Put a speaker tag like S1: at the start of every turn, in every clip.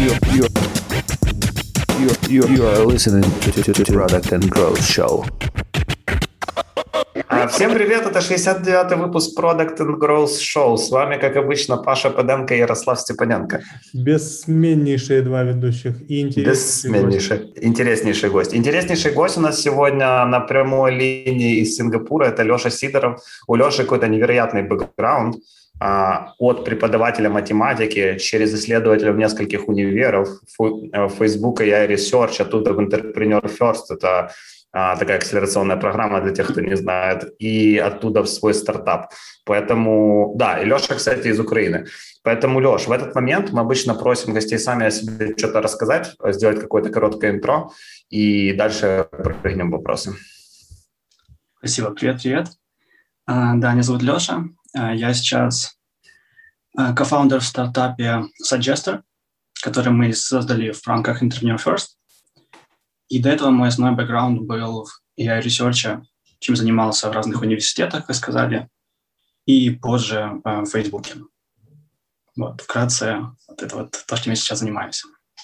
S1: You are listening to Product and Growth Show.
S2: Всем привет, это 69-й выпуск Product and Growth Show. С вами, как обычно, Паша Пыденко и Ярослав Степаненко.
S3: Бессменнейшие два ведущих и
S2: интереснейший гость. Интереснейший гость у нас сегодня на прямой линии из Сингапура. Это Леша Сидоров. У Леши какой-то невероятный бэкграунд. От преподавателя математики через исследователя в нескольких универов, Facebook и iResearch, оттуда в Entrepreneur First, это такая акселерационная программа для тех, кто не знает, и оттуда в свой стартап. Поэтому, да, и Леша, кстати, из Украины. Поэтому, Леш, в этот момент мы обычно просим гостей сами о себе что-то рассказать, сделать какое-то короткое интро, и дальше прыгнем в вопросы.
S4: Спасибо, привет. Да, меня зовут Леша. Я сейчас кофаундер в стартапе Suggester, который мы создали в рамках Entrepreneur First. И до этого мой основной бэкграунд был в AI-ресерче, чем занимался в разных университетах, как сказали, и позже в Фейсбуке. Вот, вкратце, вот это вот то, чем я сейчас занимаюсь.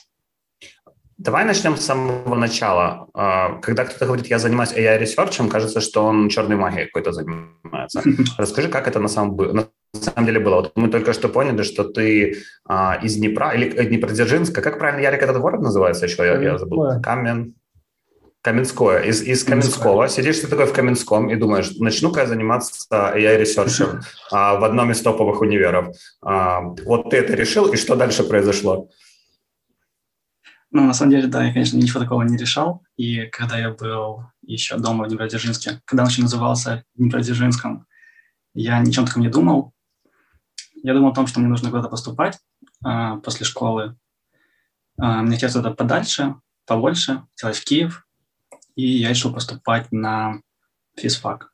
S2: Давай начнем с самого начала. Когда кто-то говорит, я занимаюсь AI-ресерчем, кажется, что он черной магией какой-то занимается. Расскажи, как это на самом деле было. Вот мы только что поняли, что ты из Днепра, или Днепродзержинска. Как правильно, Ярик, этот город называется еще? Я забыл. Каменское. Из Каменского. Сидишь ты такой в Каменском и думаешь, начну-ка я заниматься AI-ресерчем в одном из топовых универов. Вот ты это решил, и что дальше произошло?
S4: Ну, на самом деле, да, я, конечно, ничего такого не решал. И когда я был еще дома в Днепродзержинске, когда он еще назывался Днепродзержинском, я ни о чем таком не думал. Я думал о том, что мне нужно куда-то поступать после школы. Мне хотелось туда подальше, побольше, хотелось в Киев. И я решил поступать на физфак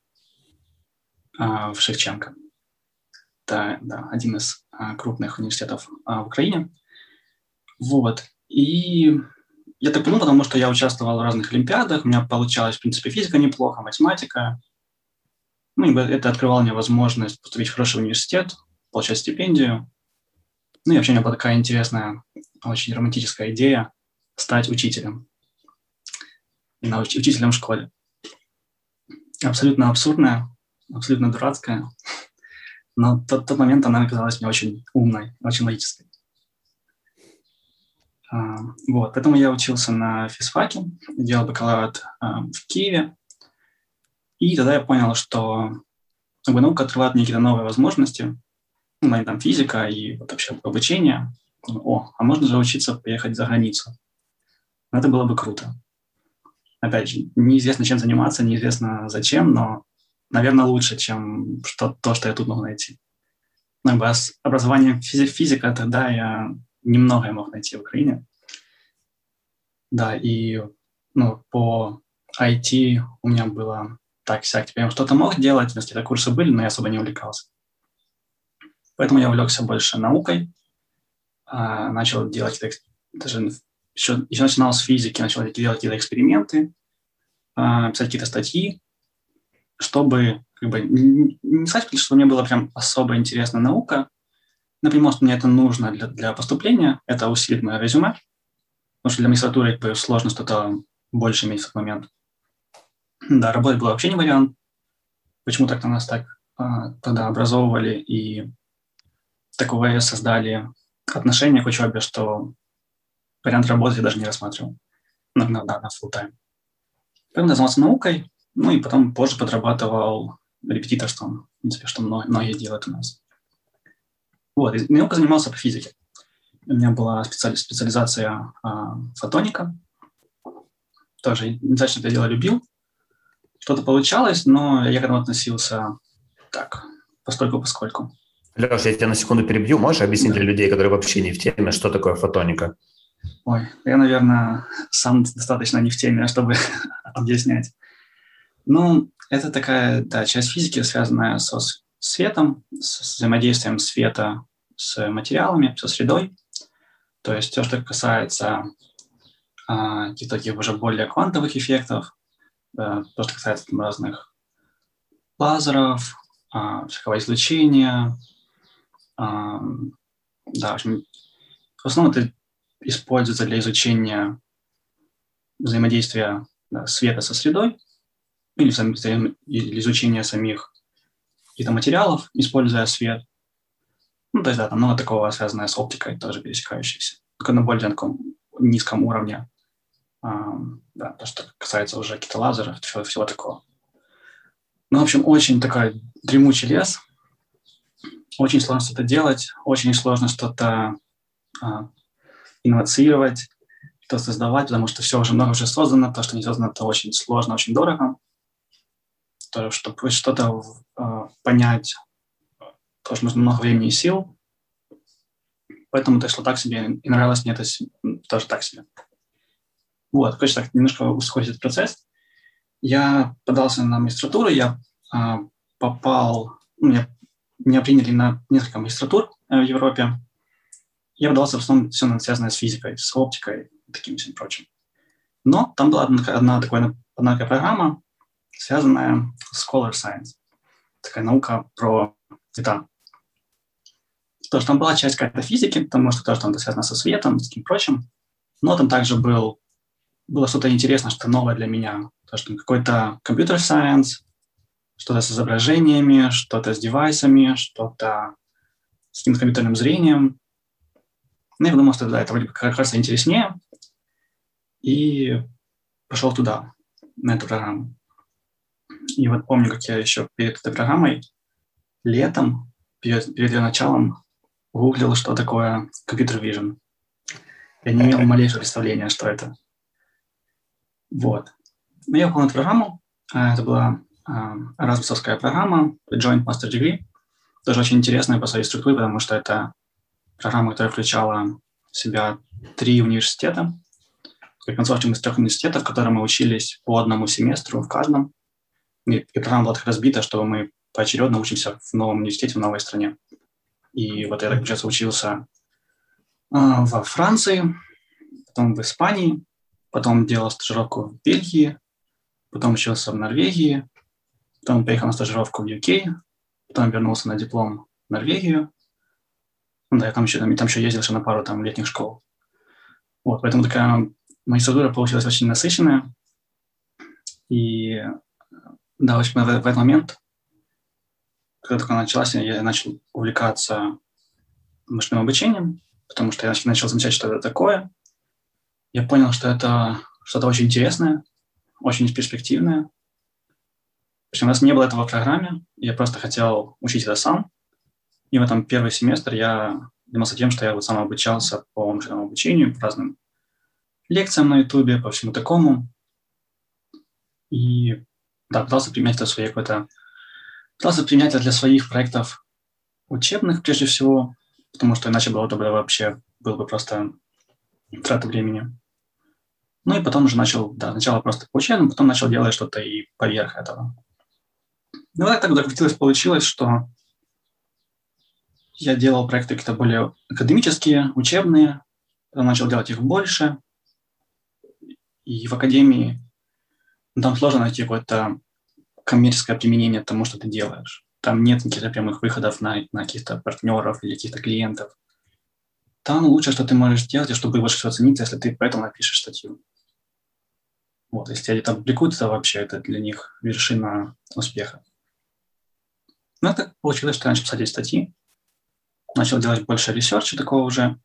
S4: в Шевченко. Это, да, один из крупных университетов в Украине. Вот. И я так подумал, потому что я участвовал в разных олимпиадах, у меня получалась, в принципе, физика неплохо, математика. Ну, и это открывало мне возможность поступить в хороший университет, получать стипендию. Ну, и вообще у меня была такая интересная, очень романтическая идея стать учителем. Именно учителем в школе. Абсолютно абсурдная, абсолютно дурацкая. Но в тот момент она оказалась мне очень умной, очень логической. Вот, поэтому я учился на физфаке, делал бакалавриат в Киеве, и тогда я понял, что наука открывает мне какие-то новые возможности, ну, там физика и вот вообще обучение. А можно же учиться поехать за границу. Это было бы круто. Опять же, неизвестно, чем заниматься, неизвестно зачем, но, наверное, лучше, чем то, что я тут могу найти. Ну, образование физика тогда я немного мог найти в Украине. Да, и по IT у меня было так-сяк. Я что-то мог делать, какие-то курсы были, но я особо не увлекался. Поэтому я увлекся больше наукой, начал делать, даже еще начинал с физики, начал делать какие-то эксперименты, писать какие-то статьи, чтобы не сказать, что мне было прям особо интересна наука. Например, может, мне это нужно для поступления, это усилит мое резюме, потому что для магистратуры сложно что-то больше иметь в тот момент. Да, работать было вообще не вариант. Почему так-то нас так тогда образовывали и такое создали отношение к учебе, что вариант работы я даже не рассматривал на full time. Поэтому я занимался наукой, ну и потом позже подрабатывал репетиторством, в принципе, что многие делают у нас. Вот, и наука занимался по физике. У меня была специализация фотоника. Тоже достаточно это дело любил. Что-то получалось, но я к этому относился так, постольку-поскольку.
S2: Леша, я тебя на секунду перебью. Можешь объяснить для людей, которые вообще не в теме, что такое фотоника?
S4: Ой, я, наверное, сам достаточно не в теме, чтобы объяснять. Ну, это такая, да, часть физики, связанная со светом, с взаимодействием света с материалами, со средой. То есть все, что касается каких-то таких уже более квантовых эффектов, то, что касается там разных лазеров, всякого излучения. Да, в общем, в основном это используется для изучения взаимодействия света со средой или для изучения самих каких-то материалов, используя свет. Ну, то есть, да, там много такого, связанное с оптикой, тоже пересекающееся. Только на более таком низком уровне. Да, то, что касается уже каких-то лазеров, всего такого. Ну, в общем, очень такой дремучий лес. Очень сложно что-то делать, очень сложно что-то инновацировать, что создавать, потому что все уже много уже создано, то, что не создано, это очень сложно, очень дорого. То, чтобы что-то понять, тоже нужно много времени и сил. Поэтому это шло так себе, и нравилось мне это тоже так себе. Вот, короче, так, немножко ускорить этот процесс. Я подался на магистратуру, я попал, меня приняли на несколько магистратур в Европе. Я подался в основном все связанное с физикой, с оптикой и таким всем прочим. Но там была одна такая программа, связанная с Color Science. Такая наука про цвета. Тоже там была часть какой-то физики, потому что тоже там связано со светом и таким прочим. Но там также было что-то интересное, что-то новое для меня. То, что какой-то computer science, что-то с изображениями, что-то с девайсами, что-то с каким-то компьютерным зрением. Ну, я подумал, что да, это вроде бы кажется интереснее. И пошел туда, на эту программу. И вот помню, как я еще перед этой программой летом, перед ее началом, гуглил, что такое компьютер vision. Я не имел малейшего представления, что это. Вот. Но я попал на эту программу. Это была Erasmusовская программа, Joint Master Degree. Тоже очень интересная по своей структуре, потому что это программа, которая включала в себя 3 университета. Консорциум из 3 университетов, в котором мы учились по одному семестру в каждом. И программа была так разбита, что мы поочередно учимся в новом университете, в новой стране. И вот я, так получается, учился во Франции, потом в Испании, потом делал стажировку в Бельгии, потом учился в Норвегии, потом поехал на стажировку в UK, потом вернулся на диплом в Норвегию. Ну, да, я там еще ездил на пару летних школ. Вот, поэтому такая магистратура получилась очень насыщенная. И да, в этот момент, когда только началась, я начал увлекаться машинным обучением, потому что я начал замечать, что это такое. Я понял, что это что-то очень интересное, очень перспективное. Причем у нас не было этого в программе, я просто хотел учить это сам. И в этом первый семестр я занимался тем, что я вот сам обучался по машинному обучению, по разным лекциям на Ютубе, по всему такому. И да, пытался применять это для своих проектов учебных, прежде всего, потому что иначе было бы просто трата времени. Ну и потом уже начал, да, сначала просто по учебному, потом начал делать что-то и поверх этого. Ну, так докрутилось, получилось, что я делал проекты какие-то более академические, учебные, потом начал делать их больше. И в академии там сложно найти какое-то коммерческое применение тому, что ты делаешь. Там нет каких-то прямых выходов на каких-то партнеров или каких-то клиентов. Там лучше, что ты можешь сделать, и чтобы больше всего цениться, если ты поэтому напишешь статью. Вот, если тебя это публикуют, то вообще это для них вершина успеха. Ну, так получилось, что я начал писать эти статьи, начал делать больше ресерча такого уже.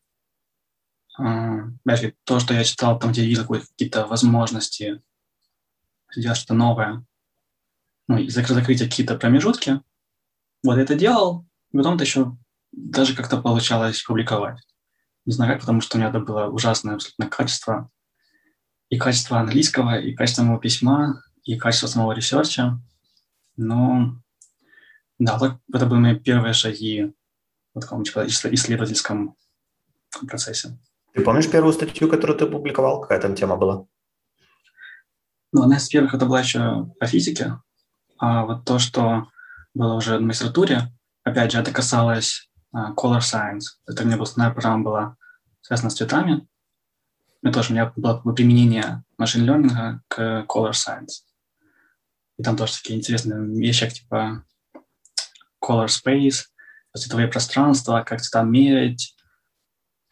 S4: То, что я читал, там, где я видел какие-то возможности сделать что-то новое, ну, и закрыть какие-то промежутки. Вот я это делал, и потом-то еще даже как-то получалось публиковать. Не знаю как, потому что у меня это было ужасное абсолютно качество. И качество английского, и качество моего письма, и качество самого ресерча. Но да, это были мои первые шаги в таком исследовательском процессе.
S2: Ты помнишь первую статью, которую ты публиковал? Какая там тема была?
S4: Ну, одна из первых это была еще по физике. А вот то, что было уже в магистратуре, опять же, это касалось Color Science. Это у меня основная программа была связана с цветами. У меня было применение машин-лернинга к Color Science. И там тоже такие интересные вещи, как типа Color Space, цветовые пространства, как цвета мерять,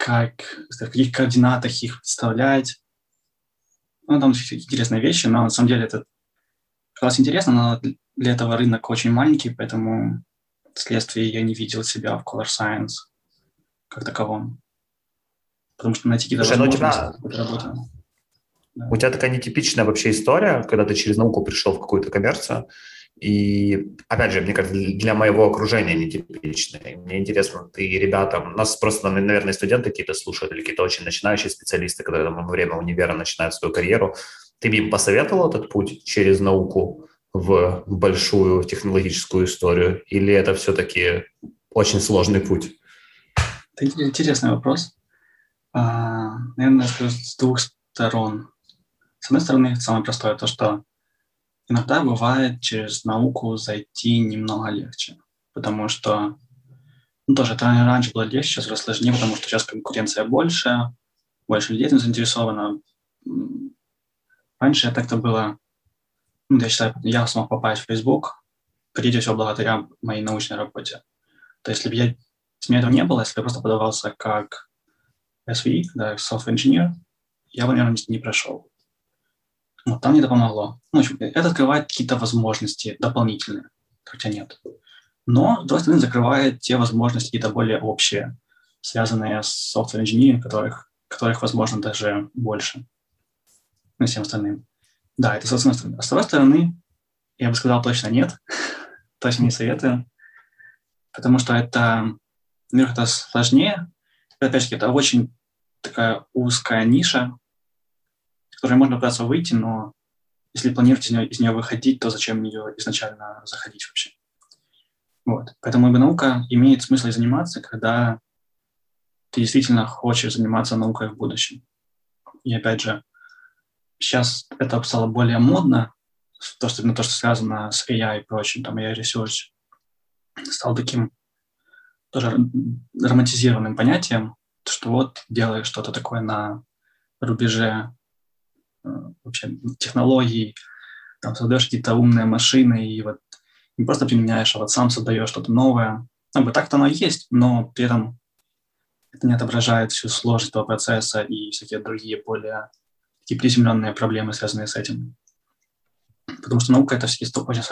S4: в каких координатах их представлять. Ну, там интересные вещи, но на самом деле это как раз интересно, но для этого рынок очень маленький, поэтому вследствие я не видел себя в Color Science как таковом. Потому что найти какие-то возможности работы.
S2: Да. У тебя такая нетипичная вообще история, когда ты через науку пришел в какую-то коммерцию, и, опять же, мне кажется, для моего окружения нетипичная. Мне интересно, ты ребятам, нас просто, наверное, студенты какие-то слушают, или какие-то очень начинающие специалисты, которые там, во время универа начинают свою карьеру, ты бы им посоветовал этот путь через науку в большую технологическую историю, или это все-таки очень сложный путь?
S4: Это интересный вопрос. Наверное, скажу с двух сторон. С одной стороны, самое простое то, что иногда бывает через науку зайти немного легче, потому что тоже это раньше было легче, сейчас уже сложнее, потому что сейчас конкуренция больше людей этим заинтересовано. Раньше так-то было, я считаю, я смог попасть в Facebook, прежде всего благодаря моей научной работе. То есть, если бы этого не было, если бы я просто подавался как SVE, да, Software Engineer, я бы, наверное, не прошел. Вот там мне это помогло. В общем, это открывает какие-то возможности дополнительные, хотя нет. Но, с другой стороны, закрывает те возможности какие-то более общие, связанные с software engineering, которых возможно, даже больше. И всем остальным. Да, это с одной стороны. А с другой стороны, я бы сказал, точно нет. Точно не советую. Потому что это, во-первых, это сложнее. И, опять-таки, это очень такая узкая ниша, в которой можно пытаться выйти, но если планируете из нее выходить, то зачем в нее изначально заходить вообще? Вот. Поэтому наука имеет смысл и заниматься, когда ты действительно хочешь заниматься наукой в будущем. И опять же, сейчас это стало более модно, то, что связано с AI и прочим, там AI Research, стало таким тоже романтизированным понятием, что вот делаешь что-то такое на рубеже вообще технологий, там создаешь какие-то умные машины и вот не просто применяешь, а вот сам создаешь что-то новое. Так-то оно и есть, но при этом это не отображает всю сложность этого процесса и всякие другие более такие приземленные проблемы, связанные с этим. Потому что наука – это очень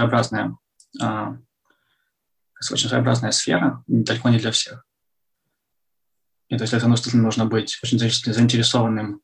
S4: своеобразная сфера, далеко не для всех. И то есть для этого действительно нужно быть очень заинтересованным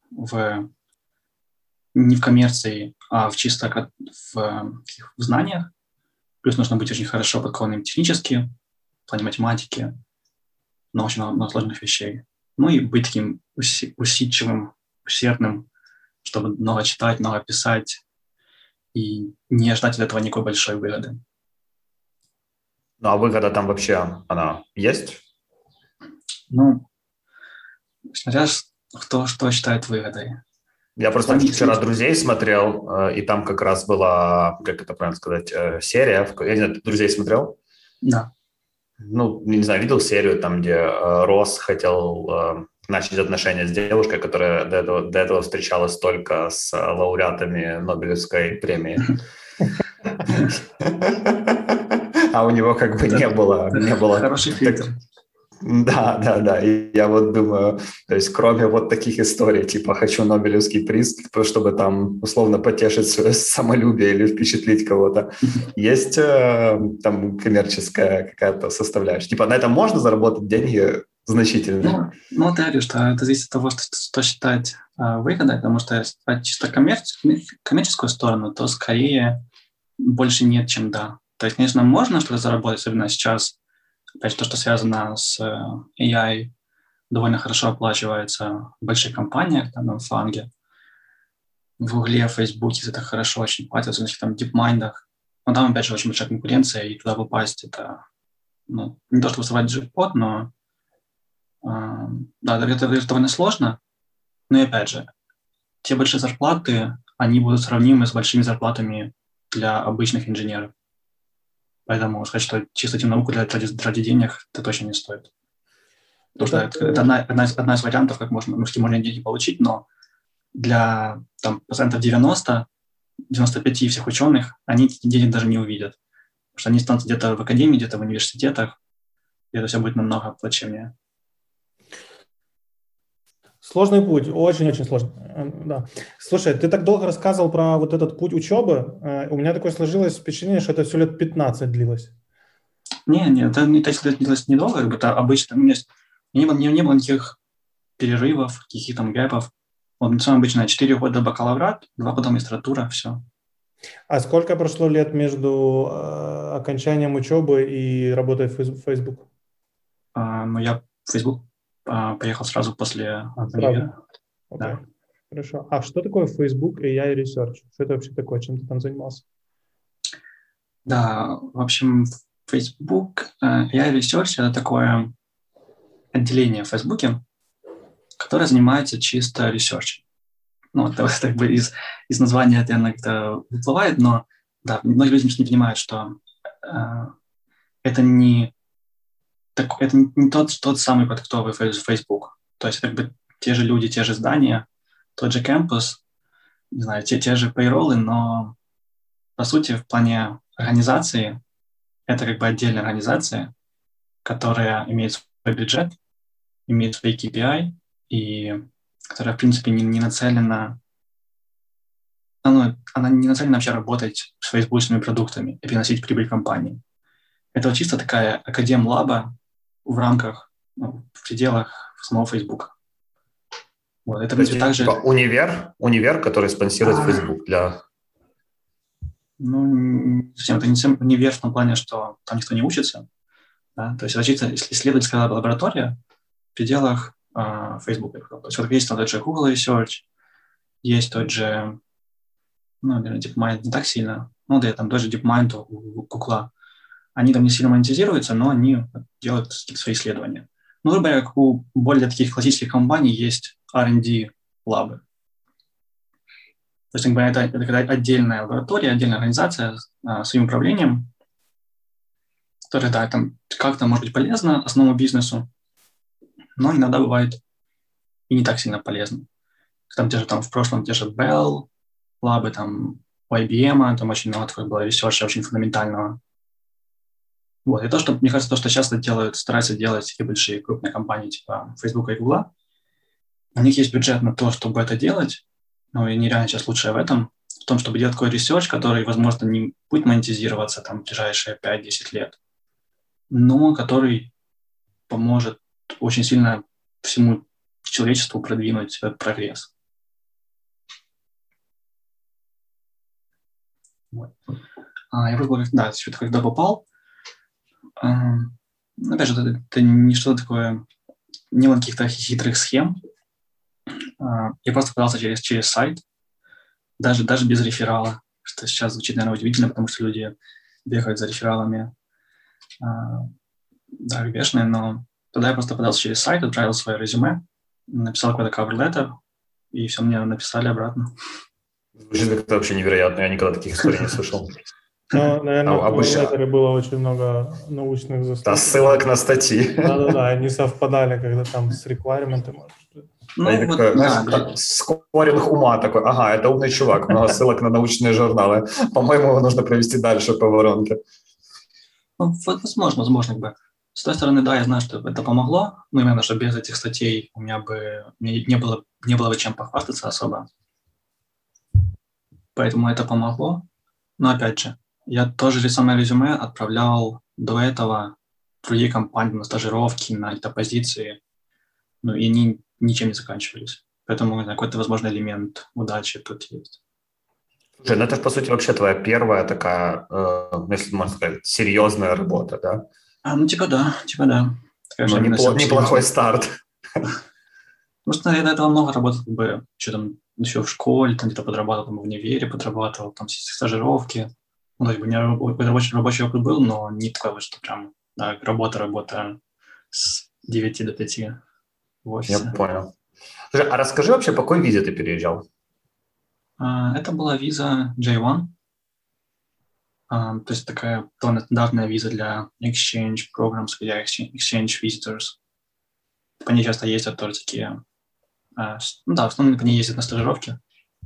S4: не в коммерции, а чисто в знаниях. Плюс нужно быть очень хорошо подкованным технически, в плане математики, но очень много сложных вещей. Ну и быть таким усидчивым, усердным, чтобы много читать, много писать и не ждать от этого никакой большой выгоды.
S2: Ну а выгода там вообще, она есть?
S4: Ну, смотря кто что считает выгодой.
S2: Я просто вчера «Друзей» смотрел, и там как раз была, как это правильно сказать, серия. Я не знаю, ты «Друзей» смотрел?
S4: Да.
S2: Ну, не знаю, видел серию, там, где Росс хотел начать отношения с девушкой, которая до этого встречалась только с лауреатами Нобелевской премии. А у него как бы не было...
S4: Хороший фильтр.
S2: Да. И я вот думаю, то есть кроме вот таких историй, типа «хочу Нобелевский приз», чтобы там условно потешить свое самолюбие или впечатлить кого-то, есть там коммерческая какая-то составляющая. Типа на этом можно заработать деньги значительно?
S4: Ну, я говорю, что это зависит от того, что считать выгодой, потому что если чисто коммерческую сторону, то скорее больше нет, чем да. То есть, конечно, можно что-то заработать, особенно сейчас. Опять же, то, что связано с AI, довольно хорошо оплачивается в больших компаниях, там, на фланге. В Гугле, в Фейсбуке это хорошо очень платят, в там DeepMind. Но там, опять же, очень большая конкуренция, и туда попасть это, не то, чтобы вставать джекпот, но да, это довольно сложно. Но и опять же, те большие зарплаты, они будут сравнимы с большими зарплатами для обычных инженеров. Поэтому сказать, что чисто идти в науку ради денег, это точно не стоит. Потому что это одна из вариантов, как можно деньги получить, но для там, 95% всех ученых, они эти деньги даже не увидят. Потому что они станут где-то в академии, где-то в университетах, и это все будет намного плачевнее.
S3: Сложный путь, очень-очень сложный. Да. Слушай, ты так долго рассказывал про вот этот путь учебы. У меня такое сложилось впечатление, что это все лет 15 длилось.
S4: Не, это не длилось недолго, как бы это обычно. У меня не было никаких перерывов, каких-то там гэпов. Вот самое обычное 4 года бакалаврат, 2 года магистратура, все.
S3: А сколько прошло лет между окончанием учебы и работой в Facebook?
S4: Ну, я в Facebook поехал сразу после универа.
S3: Okay.
S4: Да.
S3: Хорошо. А что такое Facebook AI Research? Что это вообще такое? Чем ты там занимался?
S4: Да, в общем, Facebook AI Research – это такое отделение в Facebook, которое занимается чисто research. Ну, это как бы из названия это иногда выплывает, но да, многие люди не понимают, что это не тот самый продуктовый Facebook. То есть это как бы те же люди, те же здания, тот же кампус, не знаю, те же пейроллы, но по сути в плане организации это как бы отдельная организация, которая имеет свой бюджет, имеет свои KPI и которая, в принципе, не нацелена, она не нацелена вообще работать с фейсбучными продуктами и приносить прибыль компании. Это вот чисто такая академ-лаба в рамках, в пределах самого Фейсбука. Вот, это, в принципе, также...
S2: Типа универ, который спонсирует Facebook для...
S4: Ну, не совсем. Это не совсем универ в том плане, что там никто не учится. Да? То есть это чисто исследовательская лаборатория в пределах Facebook. То есть вот есть тот же Google Research, есть тот же, ну, наверное, DeepMind не так сильно, ну, да, там тоже DeepMind у Google. Они там не сильно монетизируются, но они делают какие-то свои исследования. Ну, грубо говоря, как у более таких классических компаний есть R&D лабы. То есть, это отдельная лаборатория, отдельная организация с своим управлением, которая, да, там как-то может быть полезна основному бизнесу, но иногда бывает и не так сильно полезно. Там в прошлом те же Bell, лабы, там у IBM, там очень много такого было ресерча, очень фундаментального. Вот. И то, что, мне кажется, то, что часто стараются делать такие большие крупные компании, типа Facebook и Google, у них есть бюджет на то, чтобы это делать, но и нереально сейчас лучшее в этом, в том, чтобы делать такой ресерч, который, возможно, не будет монетизироваться там в ближайшие 5-10 лет, но который поможет очень сильно всему человечеству продвинуть этот прогресс. Вот. Я просто, да, что-то когда попал, опять же, это не что-то такое, не было каких-то хитрых схем. Я просто подался через сайт, даже без реферала, что сейчас звучит, наверное, удивительно, потому что люди бегают за рефералами, да, бешеные, но тогда я просто подался через сайт, отправил свое резюме, написал какой-то cover letter, и все мне написали обратно.
S2: Звучит как-то вообще невероятно, я никогда таких историй не слышал.
S3: Ну, наверное, в Cover было очень много научных заслуг.
S2: Да, ссылок на статьи.
S3: Да, они совпадали, когда там с реквайрментами.
S2: Ну, вот, знаешь, скоринг ума такой, ага, это умный чувак, много ссылок на научные журналы. По-моему, его нужно провести дальше по воронке.
S4: Ну, возможно, как бы. С той стороны, да, я знаю, что это помогло, но именно, что без этих статей у меня бы не было бы чем похвастаться особо. Поэтому это помогло. Но опять же, я тоже самое резюме отправлял до этого в другие компании на стажировки, на какие-то позиции, ну и они ничем не заканчивались. Поэтому какой-то, возможно, элемент удачи тут есть.
S2: Слушай, ну это же, по сути, вообще твоя первая такая, если можно сказать, серьезная работа, да?
S4: Ну, типа да.
S2: Ну, неплохой старт.
S4: Потому что я до этого много работал, как бы, еще в школе, там где-то подрабатывал, там в универе подрабатывал, там стажировки. Ну, у меня рабочий опыт был, но не такой, что прям да, работа с 9 до 5 в офисе.
S2: Я понял. Слушай, а расскажи вообще, по какой визе ты переезжал?
S4: Это была виза J1. То есть такая довольно стандартная виза для exchange programs, для exchange visitors. По ней часто ездят тоже такие... в основном по ней ездят на стажировки.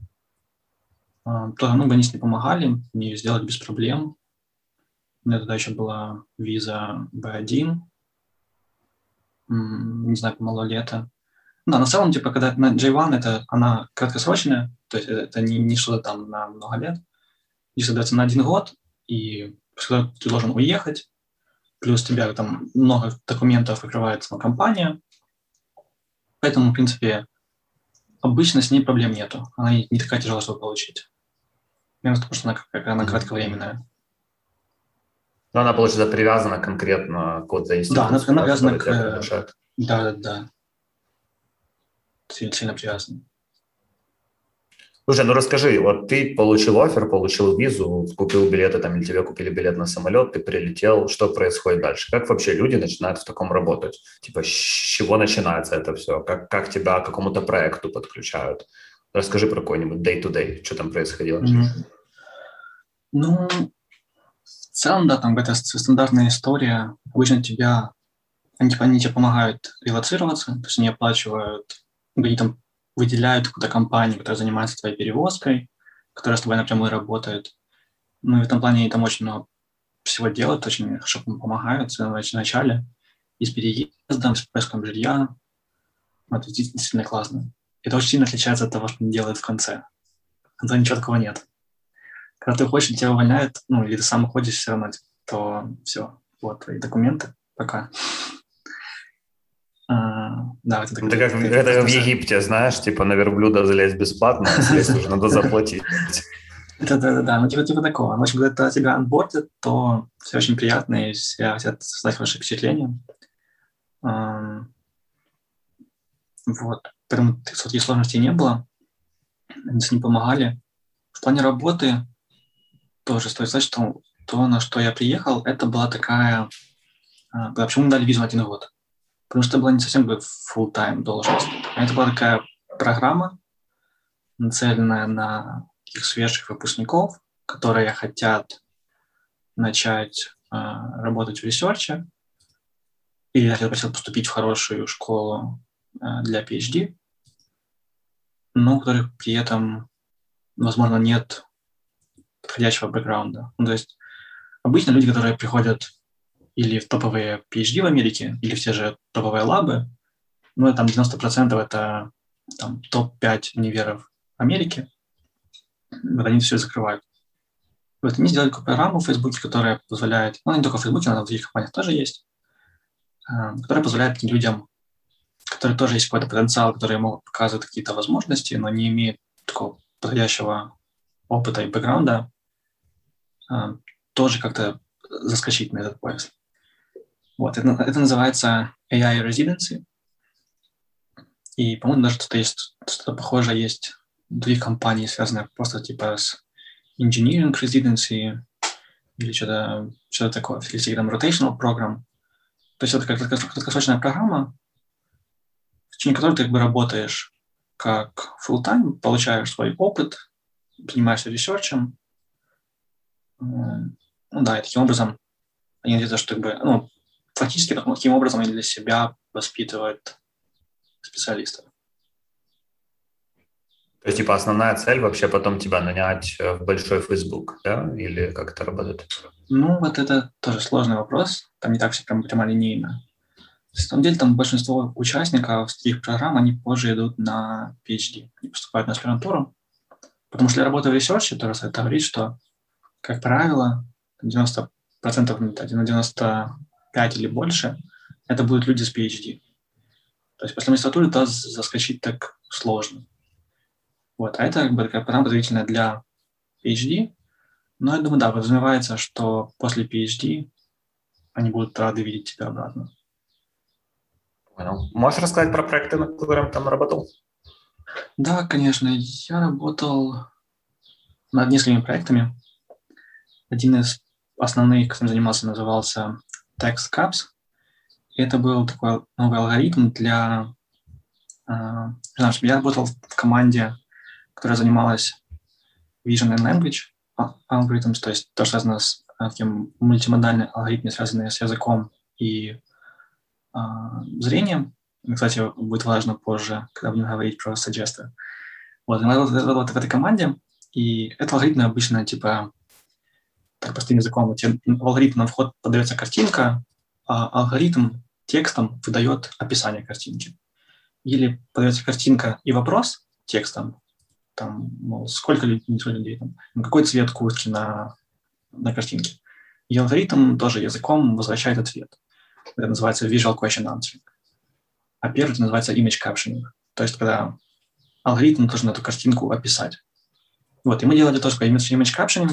S4: Они с ней помогали, мне ее сделать без проблем. У меня тогда еще была виза B1, не знаю, по малолета. Да, на самом деле, когда на J1 она краткосрочная, то есть это не что-то там на много лет. Если дается на 1 год, и когда ты должен уехать, плюс у тебя там много документов покрывает сама компания, поэтому, в принципе, обычно с ней проблем нету. Она не такая тяжелая, чтобы получить. Именно потому, что она кратковременная.
S2: Но она, получается, привязана конкретно к какому-то институту,
S4: Да, она привязана
S2: который тебя приглашает.
S4: Да. Сильно привязана.
S2: Слушай, ну расскажи, вот ты получил оффер, получил визу, купил билеты там, или тебе купили билет на самолет, ты прилетел, что происходит дальше? Как вообще люди начинают в таком работать? Типа, с чего начинается это все? Как тебя к какому-то проекту подключают? Расскажи про какой-нибудь day-to-day, что там происходило.
S4: Ну, в целом, да, там какая-то стандартная история. Обычно они тебе помогают релоцироваться, то есть они оплачивают, они там выделяют какую-то компанию, которая занимается твоей перевозкой, которая с тобой напрямую работает. Ну и в этом плане они там очень много всего делают, очень хорошо помогают в начале. И с переездом, с поиском жилья. Это действительно классно. Это очень сильно отличается от того, что они делают в конце. В конце ничего такого нет. Когда ты уходишь, тебя увольняют, ну, или ты сам уходишь все равно, то все, вот твои документы, пока. Да,
S2: это как в Египте, знаешь, типа на верблюда залезть бесплатно, а слезть уже надо заплатить.
S4: Да, ну типа такого. Но когда тебя анбордят, то все очень приятно, и все хотят создать хорошее впечатление. Вот. Поэтому таких сложностей не было. Они с ним помогали. В плане работы тоже стоит сказать, что то, на что я приехал, это была такая... Почему мне дали визу на 1 год? Потому что это была не совсем full-time должность. Это была такая программа, нацеленная на таких свежих выпускников, которые хотят начать работать в ресерче или хотят поступить в хорошую школу для PhD, но у которых при этом, возможно, нет подходящего бэкграунда. Ну, то есть обычно люди, которые приходят или в топовые PhD в Америке, или в те же топовые лабы, ну, там 90% это там, топ-5 универов Америки, вот они все закрывают. Вот они сделали такую программу в Фейсбуке, которая позволяет, ну, не только в Фейсбуке, но в других компаниях тоже есть, которая позволяет таким людям, которые тоже есть какой-то потенциал, которые могут показывать какие-то возможности, но не имеют такого подходящего опыта и бэкграунда, тоже как-то заскочить на этот пояс. Вот, это называется AI Residency. И, по-моему, даже что-то похожее есть в других компаниях, связанных просто типа с Engineering Residency или что-то такое, или там Rotational Program. То есть это как краткосрочная программа, в течение которой ты как бы работаешь как full-time, получаешь свой опыт, занимаешься ресерчем. Ну да, и таким образом они где-то, что как бы, фактически таким образом они для себя воспитывают специалистов.
S2: То есть, типа, основная цель вообще потом тебя нанять в большой Facebook, да? Или как это работает?
S4: Ну, вот это тоже сложный вопрос. Там не так все прямо линейно. На самом деле, там большинство участников таких программ, они позже идут на PhD, они поступают на аспирантуру. Потому что я работаю в ресерче, то есть это говорит, что, как правило, 90%, 95% или больше, это будут люди с PhD. То есть после магистратуры туда заскочить так сложно. Вот. А это как бы такая программа подготовительная для PhD. Но я думаю, да, подразумевается, что после PhD они будут рады видеть тебя обратно.
S2: Понял. Можешь рассказать про проекты, на которых там работал?
S4: Да, конечно. Я работал над несколькими проектами. Один из основных, которым занимался, назывался TextCaps. И это был такой новый алгоритм для... Я работал в команде, которая занималась Vision and Language algorithms, то есть то, что связано с таким мультимодальными алгоритмами, связанные с языком и зрением. Кстати, будет важно позже, когда будем говорить про suggestion. Вот в этой команде, и это алгоритмы обычно, типа, так простым языком, в алгоритм на вход подается картинка, а алгоритм текстом выдает описание картинки. или подается картинка и вопрос текстом, там, мол, сколько людей, там, какой цвет куртки на картинке. И алгоритм тоже языком возвращает ответ. Это называется visual question answering. А первый это называется image captioning. То есть, когда алгоритм должен эту картинку описать. Вот, и мы делали тоже image captioning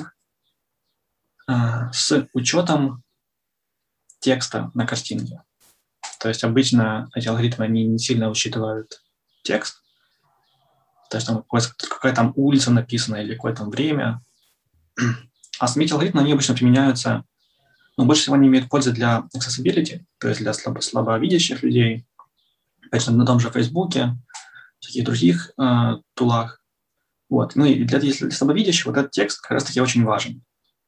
S4: с учетом текста на картинке. То есть обычно эти алгоритмы, они не сильно учитывают текст. То есть там какая там улица написана или какое там время. А сами эти алгоритмы, они обычно применяются, больше всего они имеют пользу для accessibility, то есть для слабовидящих людей. Опять же, на том же Фейсбуке, всяких других тулах. Вот. Ну и для слабовидящих вот этот текст как раз-таки очень важен.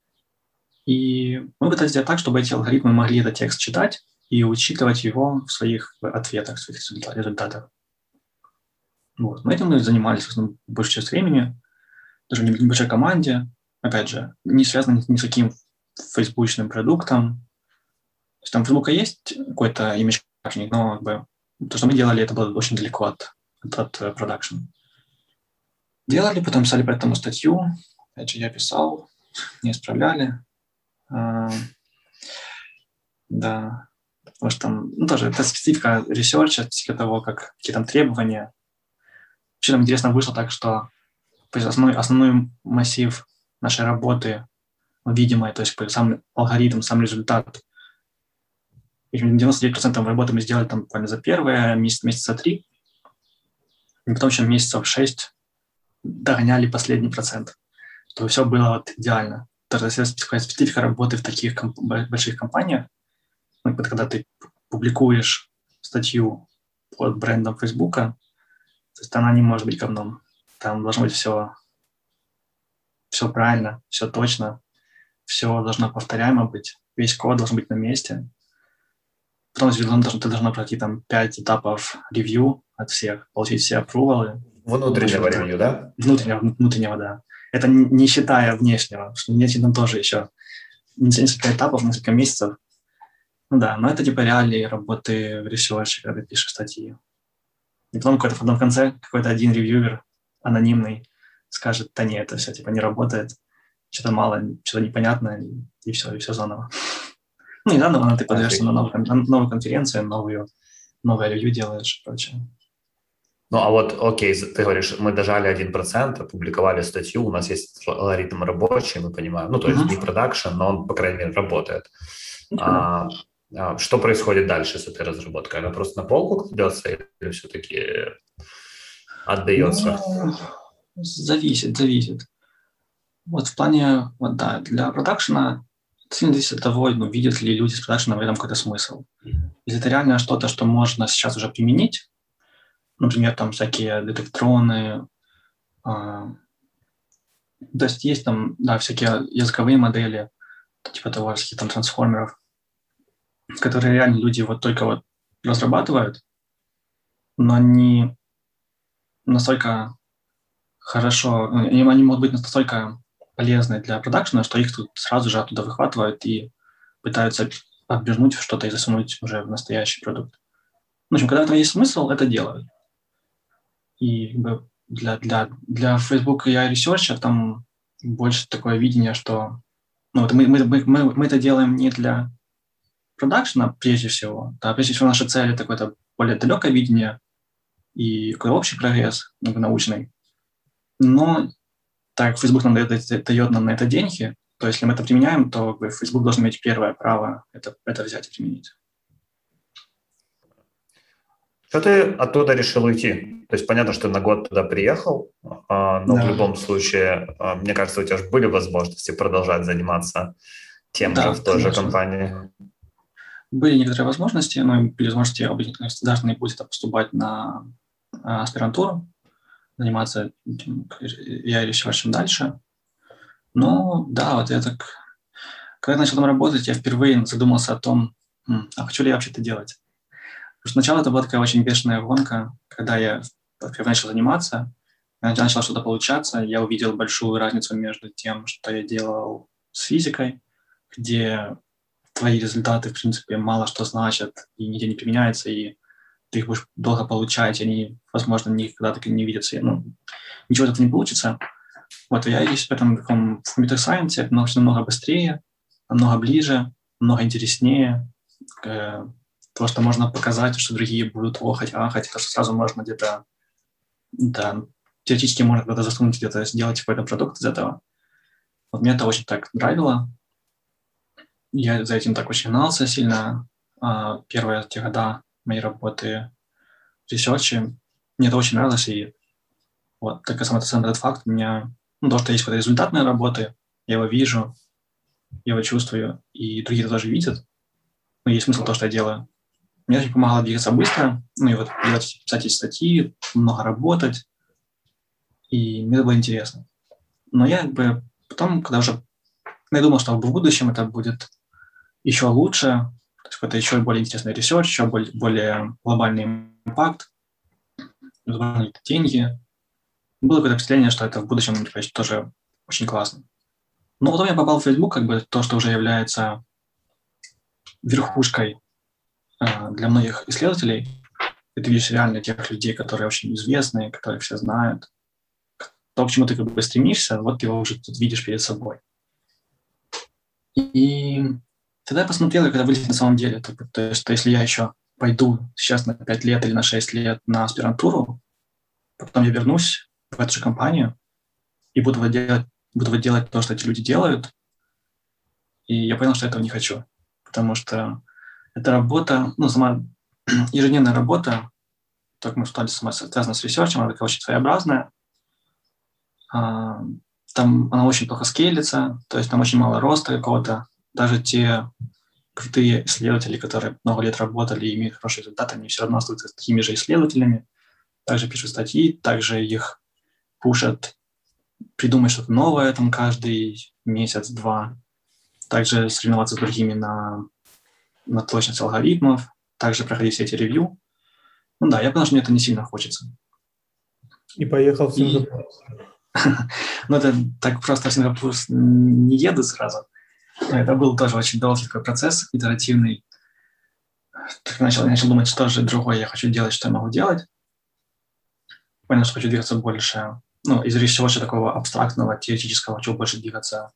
S4: И мы пытались сделать так, чтобы эти алгоритмы могли этот текст читать и учитывать его в своих ответах, в своих результатах. Вот. Но этим мы занимались в основном большую часть времени, даже в небольшой команде. Опять же, не связано ни с каким фейсбучным продуктом. То есть там у Фейсбука есть какой-то image captioning, но как бы, то, что мы делали, это было очень далеко от продакшн. Делали, потом писали по этому статью. Опять же, я писал, не исправляли. Да, потому что там тоже это специфика ресерча, специфика того, какие там требования. Вообще там интересно вышло так, что основной массив нашей работы, видимой, то есть сам алгоритм, сам результат, 99% работы мы сделали там буквально за первые месяца 3, и потом еще месяцев 6 догоняли последний процент, чтобы все было вот идеально. Это специфика работы в таких больших компаниях, когда ты публикуешь статью под брендом Фейсбука, то есть она не может быть говном. Там должно быть все правильно, все точно, все должно повторяемо быть, весь код должен быть на месте. Потом ты должна пройти там 5 этапов ревью от всех, получить все апрувалы.
S2: Внутреннего ревью, да?
S4: Внутреннего, да. Это не считая внешнего, что внешне там тоже еще несколько этапов, несколько месяцев. Ну да, но это типа реалии работы в ресерче, когда ты пишешь статьи. И потом в конце какой-то один ревьюер анонимный скажет: да нет, это все типа не работает, что-то мало, что-то непонятно, и все заново. Ну и заново ты подаешься на новую конференцию, новое ревью делаешь и прочее.
S2: Ну, а вот, окей, ты говоришь, мы дожали 1%, опубликовали статью, у нас есть алгоритм рабочий, мы понимаем, ну, то есть не продакшн, но он, по крайней мере, работает. Что происходит дальше с этой разработкой? Она просто на полку кладется или все-таки отдается?
S4: Ну, зависит. Вот в плане, вот да, для продакшена сильно зависит от того, видят ли люди с продакшена в этом какой-то смысл. Если это реально что-то, что можно сейчас уже применить, например, там всякие детектроны, то есть там, да, всякие языковые модели, типа того, всяких там трансформеров, которые реально люди вот только вот разрабатывают, но они настолько хорошо, они могут быть настолько полезны для продакшена, что их тут сразу же оттуда выхватывают и пытаются обернуть в что-то и засунуть уже в настоящий продукт. В общем, когда в этом есть смысл, это делают. И для Facebook и iResearch там больше такое видение, что вот мы это делаем не для продакшена прежде всего. Да, прежде всего наша цель – это какое-то более далекое видение и какой-то общий прогресс научный. Но так как Facebook дает нам на это деньги, то если мы это применяем, то Facebook должен иметь первое право это взять и применить.
S2: Что ты оттуда решил уйти? То есть понятно, что на год туда приехал, но в любом случае, мне кажется, у тебя же были возможности продолжать заниматься тем же в той же компании.
S4: Были некоторые возможности, но были возможности государственный путь – это поступать на аспирантуру, заниматься iResearch дальше. Но да, вот я так… Когда я начал там работать, я впервые задумался о том, а хочу ли я вообще это делать. Потому что сначала это была такая очень бешеная гонка, когда я начал заниматься, начало что-то получаться, я увидел большую разницу между тем, что я делал с физикой, где твои результаты, в принципе, мало что значат и нигде не применяются, и ты их будешь долго получать, они, возможно, никогда так и не видятся, ну, ничего этого не получится. Вот, я есть в этом таком в компьютер-сайенсе намного быстрее, намного ближе, намного интереснее. То, что можно показать, что другие будут охать, ахать, то, что сразу можно где-то, да, теоретически можно когда-то засунуть, где-то сделать какой-то продукт из этого. Вот мне это очень так нравило. Я за этим так очень гнался сильно. Первые те года моей работы в ресерче мне это очень нравилось, и вот только сам этот факт у меня, ну, то, что есть какой-то результат моей работы, я его вижу, я его чувствую, и другие это тоже видят, но есть смысл в том, что я делаю. Мне очень помогало двигаться быстро, ну и вот писать эти статьи, много работать, и мне это было интересно. Но я как бы потом, когда уже я думал, что в будущем это будет еще лучше, то есть какой-то еще более интересный ресерч, еще более глобальный импакт, возможно, деньги. Было какое-то впечатление, что это в будущем тоже очень классно. Но потом я попал в Facebook, как бы то, что уже является верхушкой для многих исследователей. И ты видишь реально тех людей, которые очень известны, которые все знают. То, к чему ты как бы стремишься, вот ты его уже тут видишь перед собой. И тогда я посмотрел, как это выглядит на самом деле. То есть, что если я еще пойду сейчас на 5 лет или на 6 лет на аспирантуру, потом я вернусь в эту же компанию и буду делать то, что эти люди делают. И я понял, что я этого не хочу. Потому что эта работа, ну, сама ежедневная работа, так мы сказали, связана с ресерчем, она такая очень своеобразная. Там она очень плохо скейлится, то есть там очень мало роста какого-то. Даже те крутые исследователи, которые много лет работали и имеют хорошие результаты, они все равно остаются такими же исследователями, также пишут статьи, также их пушат придумать что-то новое там каждый месяц-два, также соревноваться с другими на точность алгоритмов, также проходить все эти ревью. Ну да, я понял, что мне это не сильно хочется.
S3: И поехал в Сингапур.
S4: Ну, это так просто в Сингапур не еду сразу. Это был тоже очень долгий такой процесс, итеративный. Я начал думать, что же другое я хочу делать, что я могу делать. Понял, что хочу двигаться больше, ну, из ресерча такого абстрактного, теоретического, хочу больше двигаться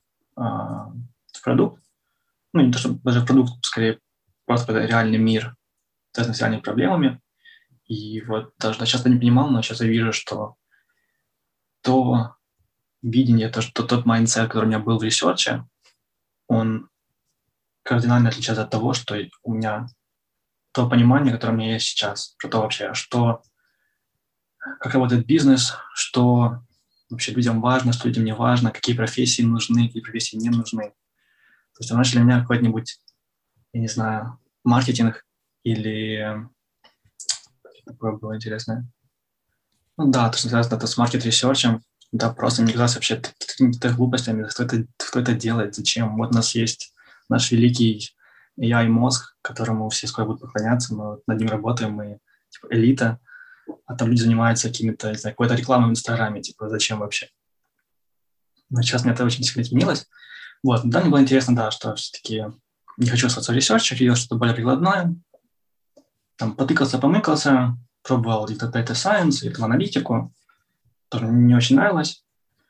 S4: в продукт. Ну, не то, что даже в продукт, скорее, просто реальный мир, связанный с реальными проблемами. И вот даже я часто не понимал, но сейчас я вижу, что то видение, тот майндсет, который у меня был в ресерче, он кардинально отличается от того, что у меня, то понимание, которое у меня есть сейчас, про то вообще, как работает бизнес, что вообще людям важно, что людям не важно, какие профессии нужны, какие профессии не нужны. То есть раньше для меня какой-нибудь, я не знаю, маркетинг или такое было интересное. Ну да, то, что связано с маркет-ресерчем, да, просто мне казалось вообще какими-то глупостями, кто это делает, зачем. Вот у нас есть наш великий AI-мозг, которому все скоро будут поклоняться, мы вот над ним работаем, мы типа элита, а там люди занимаются какими-то, не знаю, какой-то рекламой в Инстаграме, типа зачем вообще. Но сейчас мне это очень сильно изменилось. Вот, да, мне было интересно, да, что все-таки не хочу остаться в ресерче, хочу делать что-то более прикладное. Там помыкался, пробовал где-то Data Science, где-то аналитику, тоже не очень нравилось.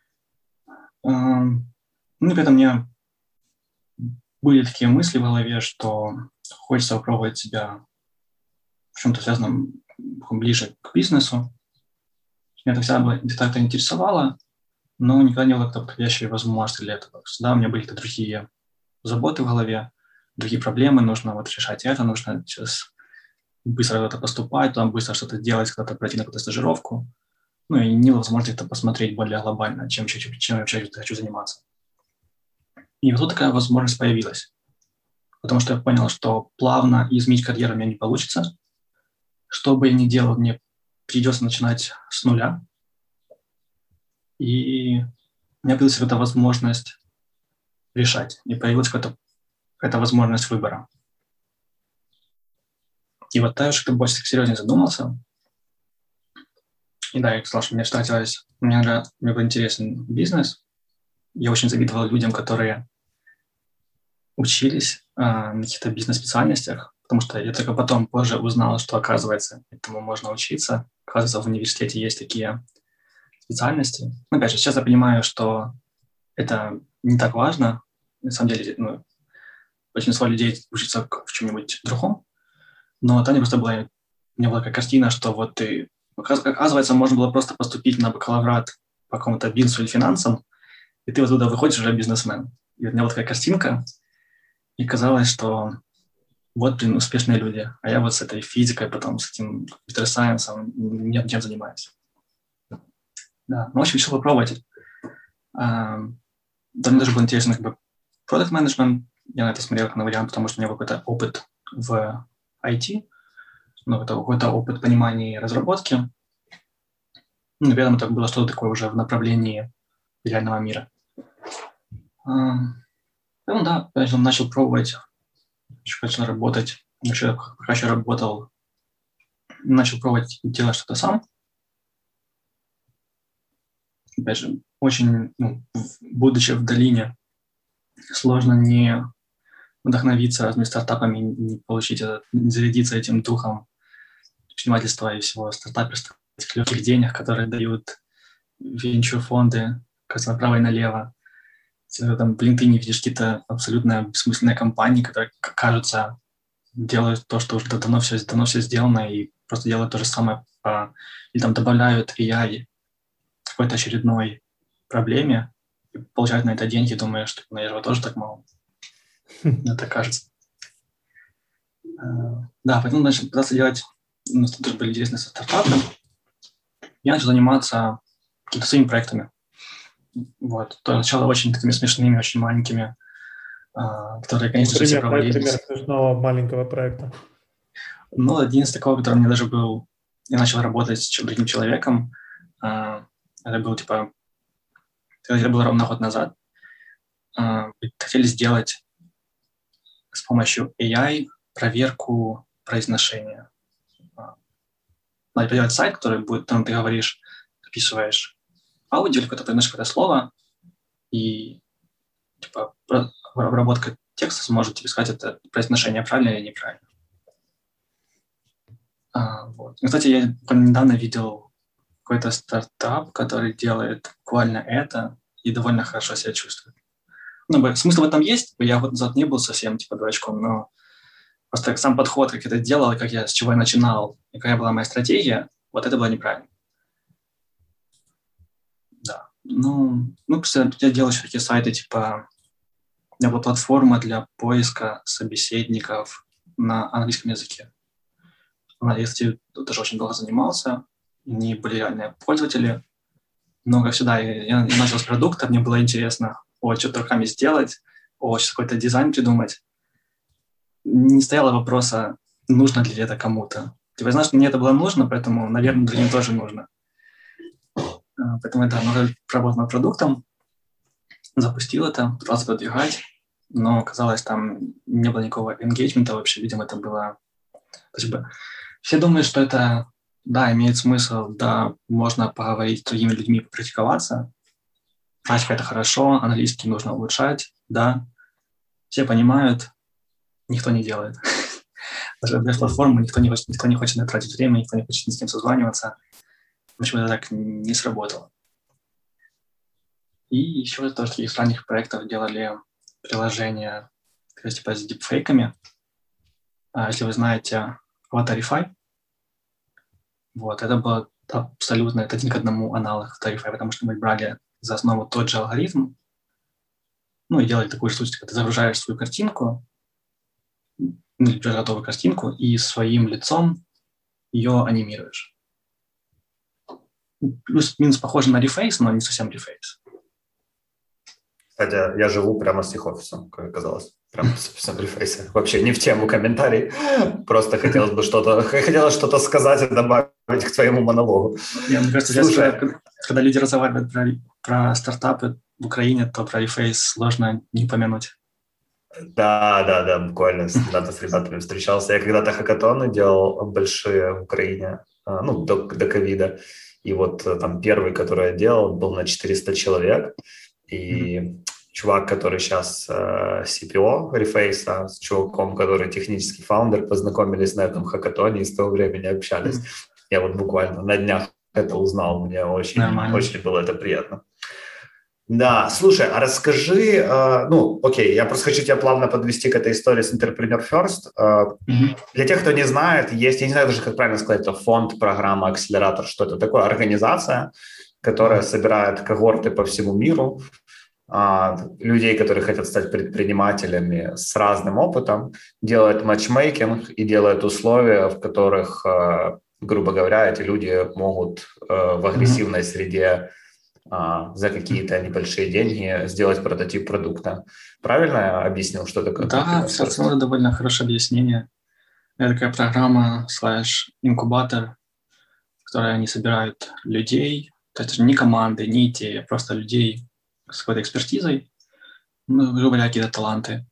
S4: Ну и при этом мне были такие мысли в голове, что хочется попробовать себя в чем-то связанном ближе к бизнесу. Меня это всегда это интересовало, но никогда не было подходящей возможности для этого. Всегда у меня были какие-то другие заботы в голове, другие проблемы, нужно вот решать это, нужно сейчас быстро куда-то поступать, там быстро что-то делать, куда-то пройти на какую-то стажировку. Ну и не было возможности это посмотреть более глобально, чем я вообще хочу заниматься. И вот тут такая возможность появилась. Потому что я понял, что плавно изменить карьеру у меня не получится. Что бы я ни делал, мне придется начинать с нуля. И у меня появилась эта возможность решать. И появилась какая-то возможность выбора. И вот так же, как больше серьезнее задумался. И да, я сказал, что мне всегда хотелось, мне был интересен бизнес. Я очень завидовал людям, которые учились на каких-то бизнес-специальностях, потому что я только потом позже узнал, что, оказывается, этому можно учиться. Оказывается, в университете есть такие специальности. Ну, опять же, сейчас я понимаю, что это не так важно. На самом деле, большинство людей учатся в чем-нибудь другом, но там у меня была такая картина, что вот ты, оказывается, можно было просто поступить на бакалаврат по какому-то бизнесу или финансам, и ты вот туда выходишь уже бизнесмен. И у меня вот такая картинка, и казалось, что вот, блин, успешные люди, а я вот с этой физикой, потом с этим компьютер-сайенсом чем занимаюсь. Да, ну, в общем, решил попробовать. Да, мне даже был интересен как бы продакт-менеджмент. Я на это смотрел как на вариант, потому что у меня какой-то опыт в IT, это какой-то опыт понимания разработки. Ну, и при этом это было что-то такое уже в направлении реального мира. Поэтому, да, я начал пробовать, начал работать. Пока еще работал, начал пробовать делать что-то сам. Опять же, очень, будучи в долине, сложно не вдохновиться разными стартапами, не получить не зарядиться этим духом предпринимательства и всего стартаперства, этих легких денег, которые дают венчур-фонды, кажется, направо и налево. Там в LinkedIn видишь какие-то абсолютно бессмысленные компании, которые, кажется, делают то, что уже давно все сделано, и просто делают то же самое, или там добавляют AI какой-то очередной проблеме, и получают на это деньги, думая, что я же тоже так могу. Мне так кажется. Да, поэтому начал пытаться делать, у нас тоже были интересные стартапы. Я начал заниматься какими-то своими проектами. Вот. То начало очень такими смешными, очень маленькими, которые, конечно же, все провалились.
S3: Пример смешного маленького проекта.
S4: Ну, один из такого, который у меня даже был, я начал работать с другим человеком. Это было ровно год назад. Хотели сделать с помощью AI проверку произношения. Надо делать сайт, который будет, там ты говоришь, записываешь аудио или какое-то произносишь какое-то слово, и обработка текста сможет тебе сказать, это произношение правильно или неправильно. Вот. И, кстати, я недавно видел какой-то стартап, который делает буквально это и довольно хорошо себя чувствует. Смысл в этом есть, я год назад не был совсем дурачком, но просто сам подход, как я это делал, с чего я начинал, и какая была моя стратегия, вот это было неправильно. Да. Я делал еще такие сайты, у меня была платформа для поиска собеседников на английском языке. Я, кстати, тоже очень долго занимался, не были реальные пользователи. Но, как всегда, я начал с продукта, мне было интересно, что-то руками сделать, сейчас какой-то дизайн придумать. Не стояло вопроса, нужно ли это кому-то. Я знаю, что мне это было нужно, поэтому, наверное, другим тоже нужно. Поэтому я работал над продуктом, запустил это, пытался продвигать, но, оказалось, там не было никакого engagement вообще, видимо, это было... Все думают, что это, да, имеет смысл, да, можно поговорить с другими людьми, попрактиковаться. Практика – это хорошо, английский нужно улучшать, да. Все понимают, никто не делает. Даже без платформы никто не хочет на это тратить время, никто не хочет ни с кем созваниваться. Почему-то так не сработало. И еще тоже из ранних проектов делали приложения с дипфейками. Если вы знаете Avatarify, вот, это было абсолютно, это 1 к 1 аналог Avatarify, потому что мы брали за основу тот же алгоритм, и делали такую же суть, ты загружаешь свою картинку, или готовую картинку, и своим лицом ее анимируешь. Плюс-минус похоже на Reface, но не совсем Reface.
S2: Кстати, я живу прямо с их офисом, как оказалось. Прямо с Reface. Вообще не в тему комментарий. Просто хотелось что-то сказать и добавить к твоему монологу.
S4: Мне кажется, когда люди разговаривают про стартапы в Украине, то про Reface сложно не упомянуть.
S2: Да, буквально с ребятами встречался. Я когда-то хакатоны делал большие в Украине, до ковида. И вот там первый, который я делал, был на 400 человек. И чувак, который сейчас CPO Reface, с чуваком, который технический фаундер, познакомились на этом хакатоне и с того времени общались. Я вот буквально на днях это узнал, мне очень было это приятно. Да, слушай, а расскажи, окей, я просто хочу тебя плавно подвести к этой истории с Entrepreneur First. Для тех, кто не знает, есть, я не знаю даже, как правильно сказать, это фонд, программа, акселератор, что это такое, организация, которая собирает когорты по всему миру, людей, которые хотят стать предпринимателями с разным опытом, делает матчмейкинг и делает условия, в которых, грубо говоря, эти люди могут в агрессивной среде за какие-то небольшие деньги сделать прототип продукта. Правильно я объяснил, что такое?
S4: Да, в целом довольно хорошее объяснение. Это такая программа /инкубатор, в которой они собирают людей, то есть не команды, не идеи, а просто людей с какой-то экспертизой, грубо говоря, какие-то таланты.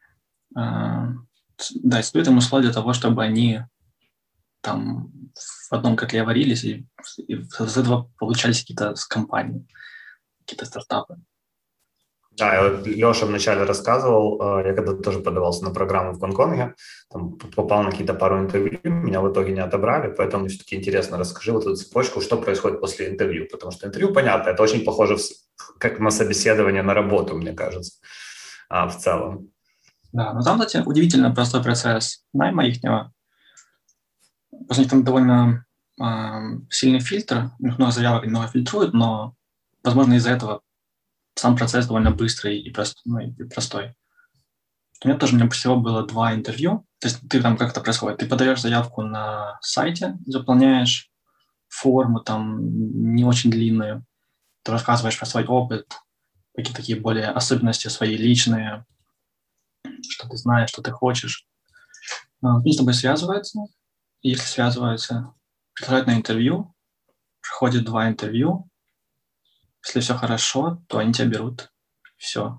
S4: Да, и создают им условия для того, чтобы они там в одном котле варились, и из этого получались какие-то компании, какие-то стартапы.
S2: Да, Леша вначале рассказывал, я когда тоже подавался на программу в Гонконге, там попал на какие-то пару интервью, меня в итоге не отобрали, поэтому все-таки интересно, расскажи вот эту цепочку, что происходит после интервью, потому что интервью, понятно, это очень похоже как на собеседование на работу, мне кажется, в целом.
S4: Да, но там, кстати, удивительно простой процесс найма ихнего. Просто у них там довольно сильный фильтр, у них много заявок, немного фильтруют, но, возможно, из-за этого сам процесс довольно быстрый и простой. У меня всего было 2 интервью. То есть ты там как-то происходит. Ты подаешь заявку на сайте, заполняешь форму там не очень длинную. Ты рассказываешь про свой опыт, какие-то такие более особенности свои личные, что ты знаешь, что ты хочешь. Они с тобой связываются. И если связываются, приглашают на интервью, проходит 2 интервью. Если все хорошо, то они тебя берут. Все.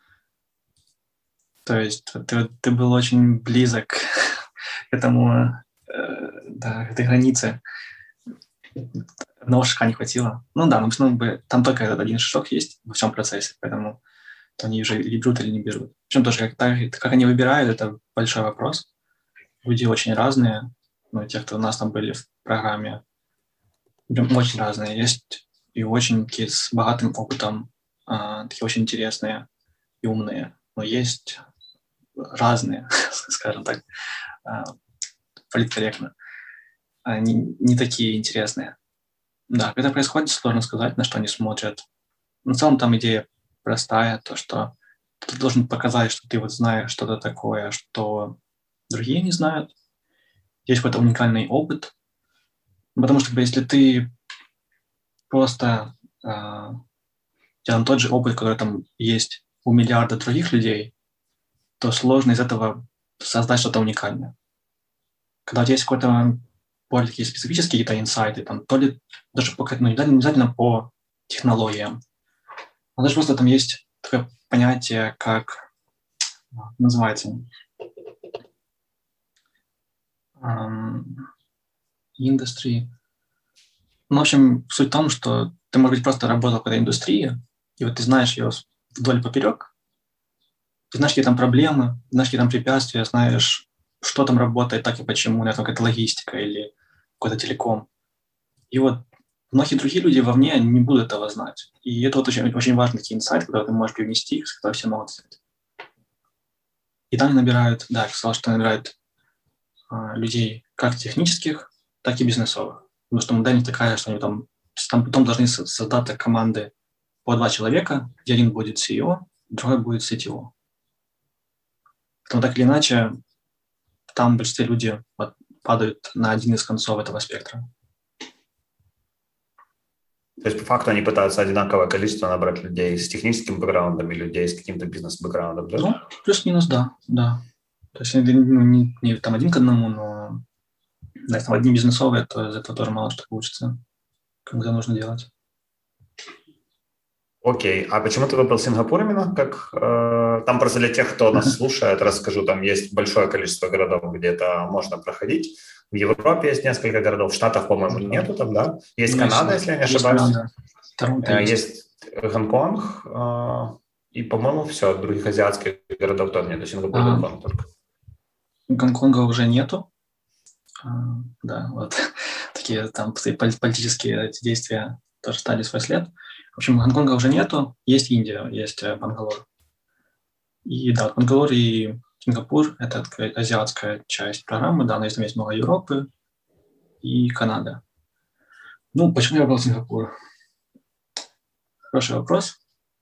S4: То есть ты был очень близок к этому, к этой границе. Одного шага не хватило. Ну да, там только этот один шажок есть во всем процессе, поэтому они уже или берут, или не берут. Причем тоже, как они выбирают, это большой вопрос. Люди очень разные. Те, кто у нас там были в программе, очень разные. Есть и очень такие с богатым опытом, такие очень интересные и умные. Но есть разные, скажем так, политкорректно. Они не такие интересные. Да, когда происходит, сложно сказать, на что они смотрят. Но в целом там идея простая, то, что ты должен показать, что ты вот знаешь что-то такое, что другие не знают. Есть какой-то уникальный опыт. Потому что если ты просто делаем тот же опыт, который там есть у миллиарда других людей, то сложно из этого создать что-то уникальное. Когда у тебя есть какой-то более такие специфические какие-то инсайты, там, то ли даже не обязательно по технологиям, но даже просто там есть такое понятие, как называется индустрия. Ну, в общем, суть в том, что ты, может быть, просто работал в какой-то индустрии, и вот ты знаешь ее вдоль и поперек, ты знаешь, какие там проблемы, знаешь, какие там препятствия, знаешь, что там работает, так и почему, наверное, какая-то логистика или какой-то телеком. И вот многие другие люди вовне не будут этого знать. И это вот очень, очень важный инсайт, который ты можешь привнести, который все могут знать. И там набирают, да, я сказал, что набирают людей как технических, так и бизнесовых. Потому что модель такая, что они там потом должны создать команды по 2 человека, где один будет CEO, другой будет CTO. Поэтому так или иначе, там в большинстве люди падают на один из концов этого спектра.
S2: То есть, по факту, они пытаются одинаковое количество набрать людей с техническим бэкграундом и людей с каким-то бизнес-бэкграундом, да?
S4: Ну, плюс-минус, да. То есть не там 1 к 1, но да, если там одни бизнесовые, то из этого тоже мало что получится, когда нужно делать.
S2: Окей. А почему ты выбрал Сингапур именно? Там просто для тех, кто нас слушает, расскажу, там есть большое количество городов, где это можно проходить. В Европе есть несколько городов, в Штатах, по-моему, нету там, да? Есть Канада, если я не ошибаюсь.
S4: Канада.
S2: Есть Гонконг. И, по-моему, все. Других азиатских городов тоже нет. Сингапур, Гонконг только.
S4: Гонконга уже нету. Да, вот такие там политические действия тоже стали свой след. В общем, Гонконга уже нету. Есть Индия, есть Бангалор. И да, Бангалор и Сингапур – это такая азиатская часть программы. Да, но есть много Европы и Канада. Ну, почему я выбрал Сингапур? Хороший вопрос.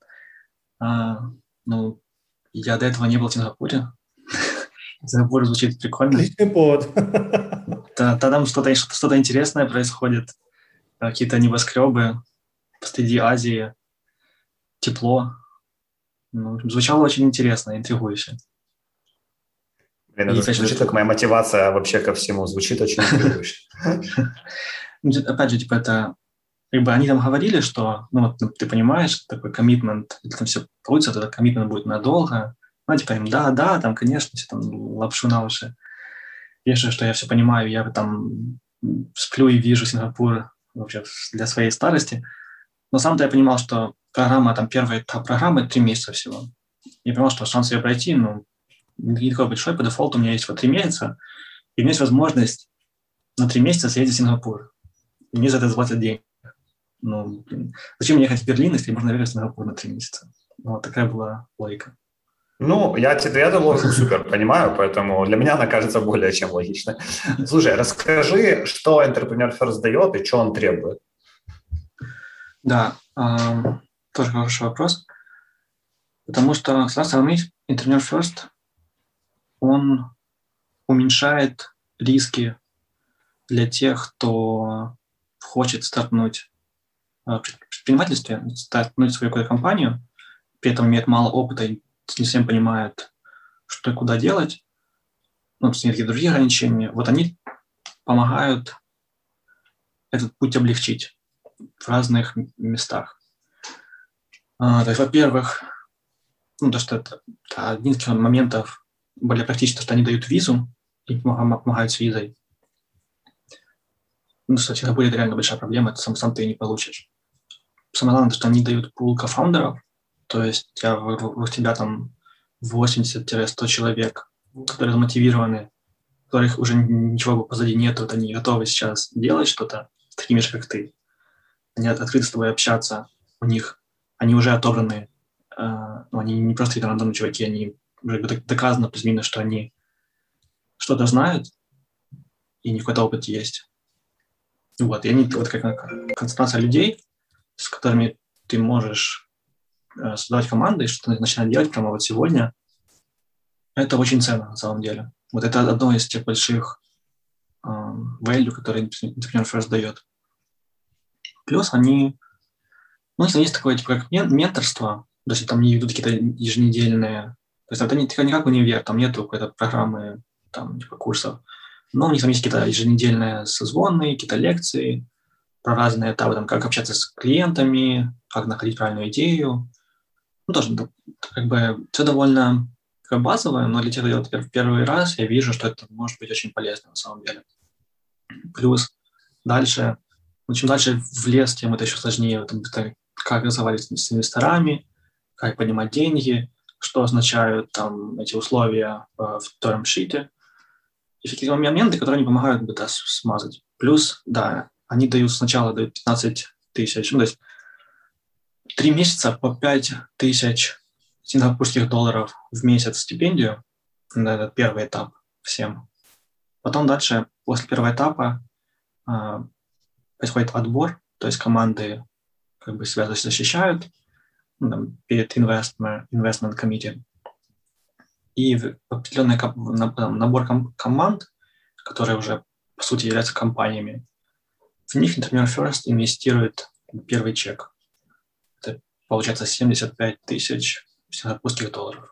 S4: Ну, я до этого не был в Сингапуре. Сингапур звучит прикольно.
S3: Отличный повод.
S4: Там что-то интересное происходит. Какие-то небоскребы посреди Азии. Тепло. Ну, звучало очень интересно, интригующе.
S2: Блин, это звучит как моя мотивация вообще ко всему. Звучит очень интригующе.
S4: Опять же, типа это... Как бы они там говорили, что, ну, вот ты понимаешь, такой коммитмент, если там все получится, то этот коммитмент будет надолго. Ну, типа им, да, там, конечно, все там лапшу на уши. Пишут, что я все понимаю, я там сплю и вижу Сингапур вообще для своей старости. Но сам-то я понимал, что программа, там, первый этап программы 3 месяца всего. Я понимал, что шанс ее пройти, ну, не такой большой, по дефолту у меня есть вот 3 месяца, и у меня есть возможность на 3 месяца съездить в Сингапур. И мне за это заплатят деньги. Ну, блин, зачем мне ехать в Берлин, если можно ехать в Сингапур на 3 месяца? Ну, вот такая была логика.
S2: Ну, я эту логику супер понимаю, поэтому для меня она кажется более чем логичной. Слушай, расскажи, что Entrepreneur First дает и что он требует.
S4: Да, тоже хороший вопрос. Потому что, с одной стороны, Entrepreneur First, он уменьшает риски для тех, кто хочет стартнуть в предпринимательстве, стартнуть свою какую-то компанию, при этом имеет мало опыта и не всем понимают, что и куда делать, ну, с какие-то другие ограничения. Вот они помогают этот путь облегчить в разных местах. То есть, во-первых, ну, то, что это один из моментов более практичных, что они дают визу и помогают с визой. Ну, что в Сингапуре это реально большая проблема, это сам ты ее не получишь. Самое главное, что они дают пул кофаундеров, то есть у тебя там 80-100 человек, которые замотивированы, у которых уже ничего позади нет, вот они готовы сейчас делать что-то с такими же, как ты. Они открыты с тобой общаться, они уже отобраны, они не просто какие-то рандомные чуваки, они уже доказано плюс-минус, что они что-то знают, и у них какой-то опыт есть. Вот, и они, вот как концентрация людей, с которыми ты можешь создавать команды и что-то начинать делать прямо вот сегодня, это очень ценно на самом деле. Вот это одно из тех больших value, которые Entrepreneur First дает. Плюс они, ну, если есть такое, типа, как менторство, то есть там не идут какие-то еженедельные, то есть это не как универ, там нету какой-то программы, там, типа, курсов, но у них там есть какие-то еженедельные созвоны, какие-то лекции про разные этапы, там, как общаться с клиентами, как находить правильную идею. Ну, тоже как бы все довольно базовое, но для тех, кто делает в первый раз, я вижу, что это может быть очень полезно на самом деле. Плюс дальше, чем дальше в лес, тем это еще сложнее. Как разговаривать с инвесторами, как поднимать деньги, что означают там эти условия в термшите. И всякие моменты, которые они помогают это смазать. Плюс, да, они сначала дают 15 тысяч, ну, то есть 3 месяца по 5 тысяч сингапурских долларов в месяц стипендию. На этот первый этап всем. Потом дальше, после первого этапа, происходит отбор, то есть команды как бы себя защищают перед investment committee. И определенный набор команд, которые уже, по сути, являются компаниями, в них Entrepreneur First инвестирует первый чек. Это, получается, 75 тысяч сингапурских долларов.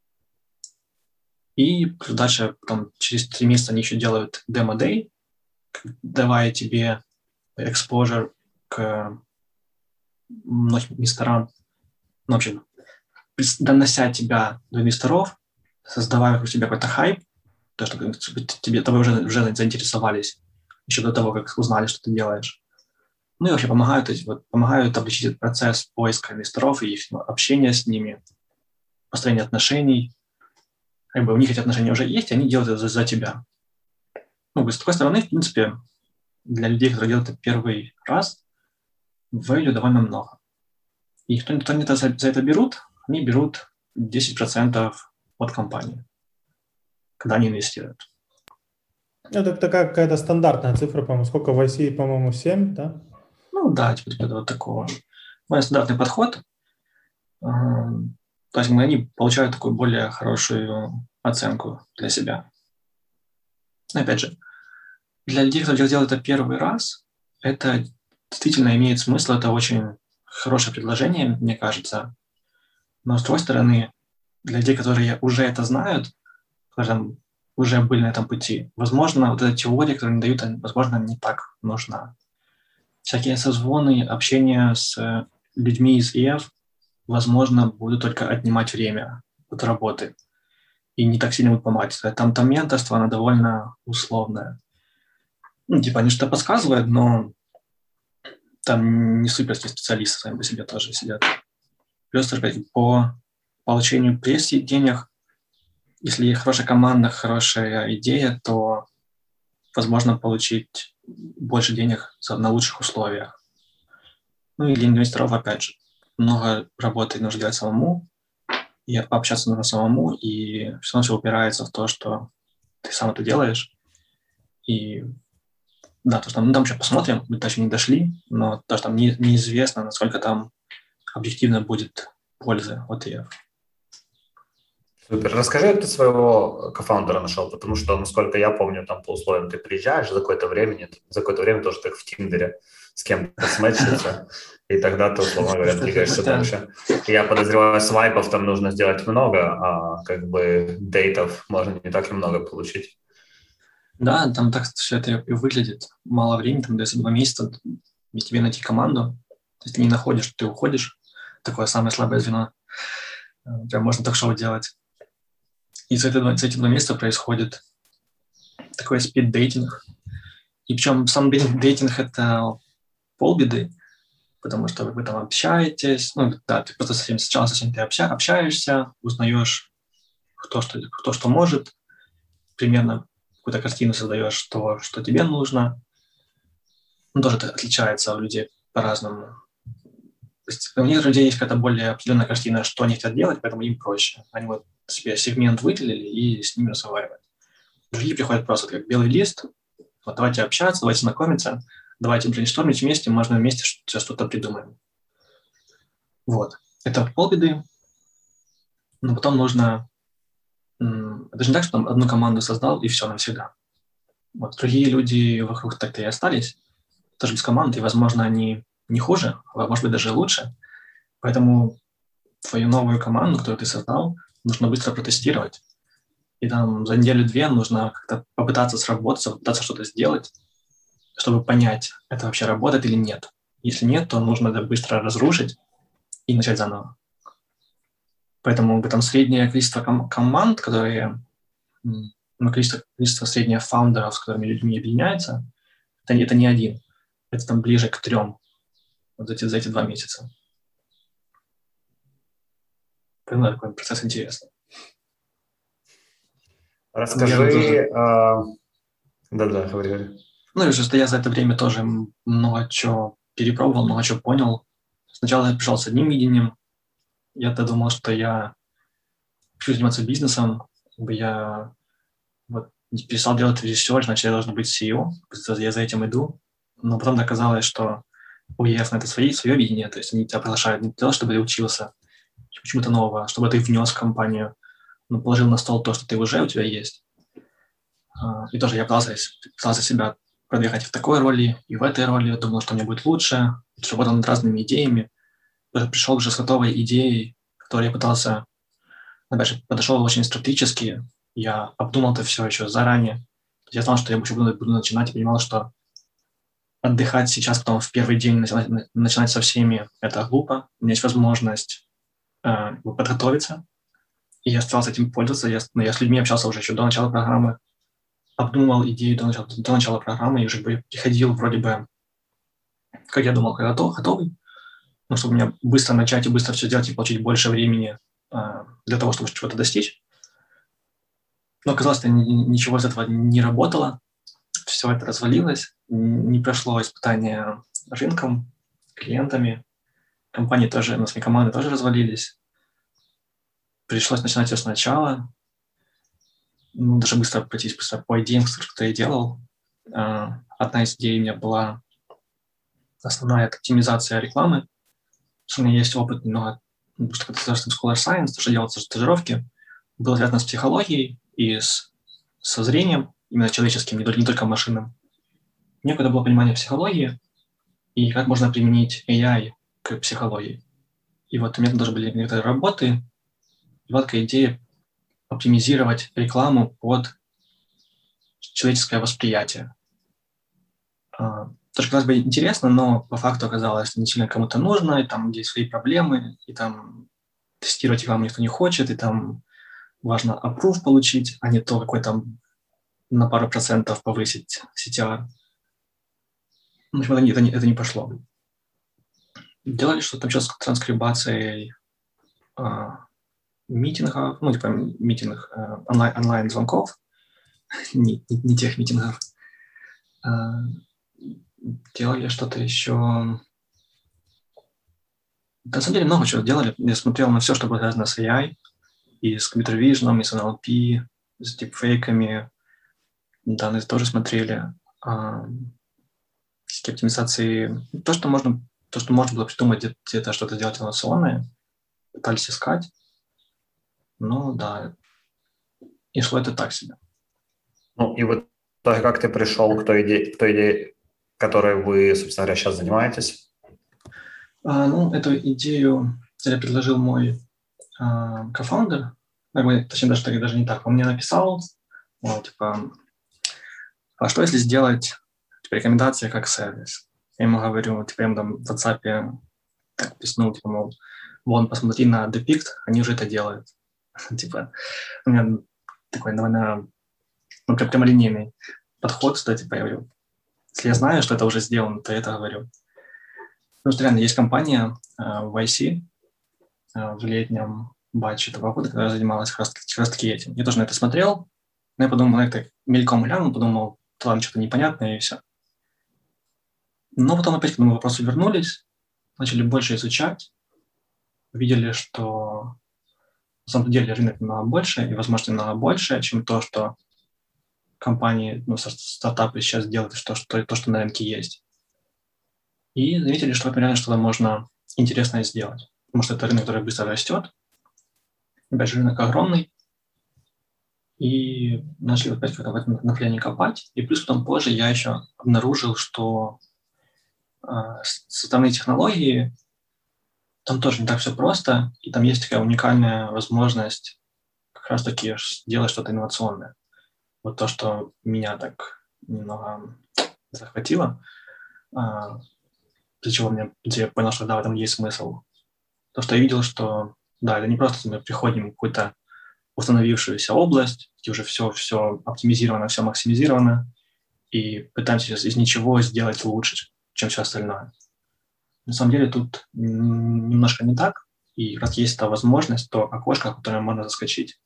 S4: И дальше, потом, через 3 месяца они еще делают демо-дэй, давая тебе exposure к многим инвесторам, ну, в общем, донося тебя до инвесторов, создавая вокруг себя какой-то хайп, то, что тобой уже заинтересовались еще до того, как узнали, что ты делаешь. Ну и вообще помогают облегчить этот процесс поиска инвесторов и их общения с ними, построение отношений. Как бы у них эти отношения уже есть, и они делают это за тебя. Ну, с такой стороны, в принципе, для людей, которые делают это первый раз, value довольно много. И кто они за это берут, они берут 10% от компании, когда они инвестируют.
S3: Это такая какая-то стандартная цифра, по-моему. Сколько в IC, по-моему, 7, да?
S4: Ну да, типа вот такого. Мой стандартный подход. То есть они получают такую более хорошую оценку для себя. Опять же, для людей, которые делают это первый раз, это действительно имеет смысл, это очень хорошее предложение, мне кажется. Но с другой стороны, для людей, которые уже это знают, которые там уже были на этом пути, возможно, вот эта теория, которую они дают, возможно, не так нужна. Всякие созвоны, общение с людьми из ЕФ, возможно, будут только отнимать время от работы и не так сильно будут помогать. Там менторство, оно довольно условное. Ну, типа, они что-то подсказывают, но там не суперские специалисты сами по себе тоже сидят. Плюс по получению прессы денег, если есть хорошая команда, хорошая идея, то возможно получить больше денег на лучших условиях. Ну и для инвесторов, опять же, много работы нужно делать самому, и пообщаться нужно самому, и все равно все упирается в то, что ты сам это делаешь. И да, то, что там еще посмотрим, мы даже не дошли, но даже там неизвестно, насколько там объективно будет пользы от ЕФ.
S2: Супер. Расскажи, как ты своего кофаундера нашел, потому что, насколько я помню, там по условиям ты приезжаешь за какое-то время тоже как в Тиндере с кем-то сметчится, и тогда ты, условно говоря, двигаешься дальше. Я подозреваю, свайпов там нужно сделать много, а как бы дейтов можно не так и много получить.
S4: Да, там так все это и выглядит. Мало времени, там дается 2 месяца, и тебе найти команду. То есть ты не находишь, ты уходишь. Такое самое слабое звено. Прям можно ток-шоу делать. И за эти 2 месяца происходит такой спид-дейтинг. И причем сам дейтинг – это полбеды, потому что вы там общаетесь. Ну да, ты просто сначала со всеми ты общаешься, узнаешь, кто что может, примерно какую-то картину создаешь, что тебе нужно. Ну, тоже это отличается у людей по-разному. То есть у некоторых людей есть какая-то более определенная картина, что они хотят делать, поэтому им проще. Они вот себе сегмент выделили и с ними разговаривают. Другие приходят просто как белый лист. Вот давайте общаться, давайте знакомиться, давайте брейнштормить вместе, можно вместе сейчас что-то придумаем. Вот. Это полбеды. Но потом нужно... Это же не так, что там одну команду создал и все навсегда. Вот. Другие люди вокруг так-то и остались, тоже без команды, и, возможно, они не хуже, а может быть, даже лучше. Поэтому твою новую команду, которую ты создал, нужно быстро протестировать. И там за неделю-две нужно как-то попытаться сработаться, попытаться что-то сделать, чтобы понять, это вообще работает или нет. Если нет, то нужно это быстро разрушить и начать заново. Поэтому там среднее количество команд, которые, количество среднее фаундеров, с которыми людьми объединяется, это не один. Это там ближе к 3 вот за эти 2 месяца. Понимаю, такой процесс интересный.
S2: Расскажи... Да-да, говори.
S4: Ну, и что я за это время тоже много чего перепробовал, много чего понял. Сначала я пришел с одним видением. Я-то думал, что я хочу заниматься бизнесом. Я вот перестал делать ресерч, значит, я должен быть CEO. Я за этим иду. Но потом оказалось, что у ЕФ на это свое видение. То есть они тебя приглашают не для того, чтобы ты учился чему-то нового, чтобы ты внес в компанию, но положил на стол то, что ты уже у тебя есть. И тоже я пытался себя продвигать в такой роли, и в этой роли. Думал, что мне будет лучше. Работал над разными идеями. Даже пришел уже с готовой идеей, которую я пытался... Опять же, подошел очень стратегически. Я обдумал это все еще заранее. Я знал, что я еще буду начинать, и понимал, что отдыхать сейчас, потом в первый день начинать со всеми – это глупо. У меня есть возможность подготовиться. И я старался этим пользоваться. Я с людьми общался уже еще до начала программы. Обдумывал идею до начала программы и уже приходил вроде бы, как я думал, готовый. Ну, чтобы мне быстро начать и быстро все делать и получить больше времени для того, чтобы чего-то достичь. Но оказалось, что ничего из этого не работало. Все это развалилось. Не прошло испытание рынком, клиентами. Компании тоже, у команды тоже развалились. Пришлось начинать все сначала. Даже быстро пройтись по идеям, которые я делал. Одна из идей у меня была основная оптимизация рекламы. У меня есть опыт немного, что это Scholar Science, то, что делал стажировки, было связано с психологией и со зрением, именно человеческим, не только машинным. У меня когда было понимание психологии и как можно применить AI к психологии. И вот у меня тоже были некоторые работы, и вот такая идея оптимизировать рекламу под человеческое восприятие. Тоже, казалось бы, интересно, но по факту оказалось, что не сильно кому-то нужно, и там есть свои проблемы, и там тестировать рекламу никто не хочет, и там важно approve получить, а не то, какой там на пару процентов повысить CTR. В общем, это не пошло. Делали что-то там сейчас с транскрибацией митингов, митингов, онлайн-звонков, не тех митингов. Делали что-то еще. На самом деле много чего делали. Я смотрел на все, что было связано с AI, и с Computer Vision, и с NLP, с дипфейками. Данные тоже смотрели. С оптимизацией. То, что можно было придумать, где-то что-то делать инновационное, пытались искать. Ну, да. И шло это так себе.
S2: Ну, и вот как ты пришел к той идее, которой вы, собственно говоря, сейчас занимаетесь?
S4: Эту идею предложил мой кофаундер. Точнее, даже не так. Он мне написал, а что если сделать рекомендации как сервис? Я ему говорю, я ему там в WhatsApp так писнул, мол, вон, посмотри на Depict, они уже это делают. У меня такой довольно прямолинейный подход, что, я говорю, если я знаю, что это уже сделано, то я это говорю. Потому что реально есть компания в YC в летнем батче этого года, которая занималась как раз таки этим. Я тоже на это смотрел, но я подумал, это мельком глянул, подумал, ладно, что-то непонятное и все. Но потом опять к этому вопросу вернулись, начали больше изучать, увидели, что на самом деле рынок намного больше и возможности намного больше, чем то, что компании, стартапы сейчас делают, то, что на рынке есть. И заметили, что реально что-то можно интересное сделать. Потому что это рынок, который быстро растет. Опять же, рынок огромный. И начали опять в этом направлении копать. И плюс потом позже я еще обнаружил, что составные технологии, там тоже не так все просто. И там есть такая уникальная возможность как раз-таки делать что-то инновационное. Вот то, что меня так немного захватило, где я понял, что да, в этом есть смысл. То, что я видел, что да, это не просто мы приходим в какую-то установившуюся область, где уже все оптимизировано, все максимизировано, и пытаемся сейчас из ничего сделать лучше, чем все остальное. На самом деле тут немножко не так, и раз есть та возможность, то окошко, в которое можно заскочить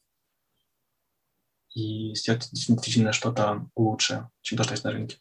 S4: и сделать действительно что-то лучше, чем то, что есть на рынке.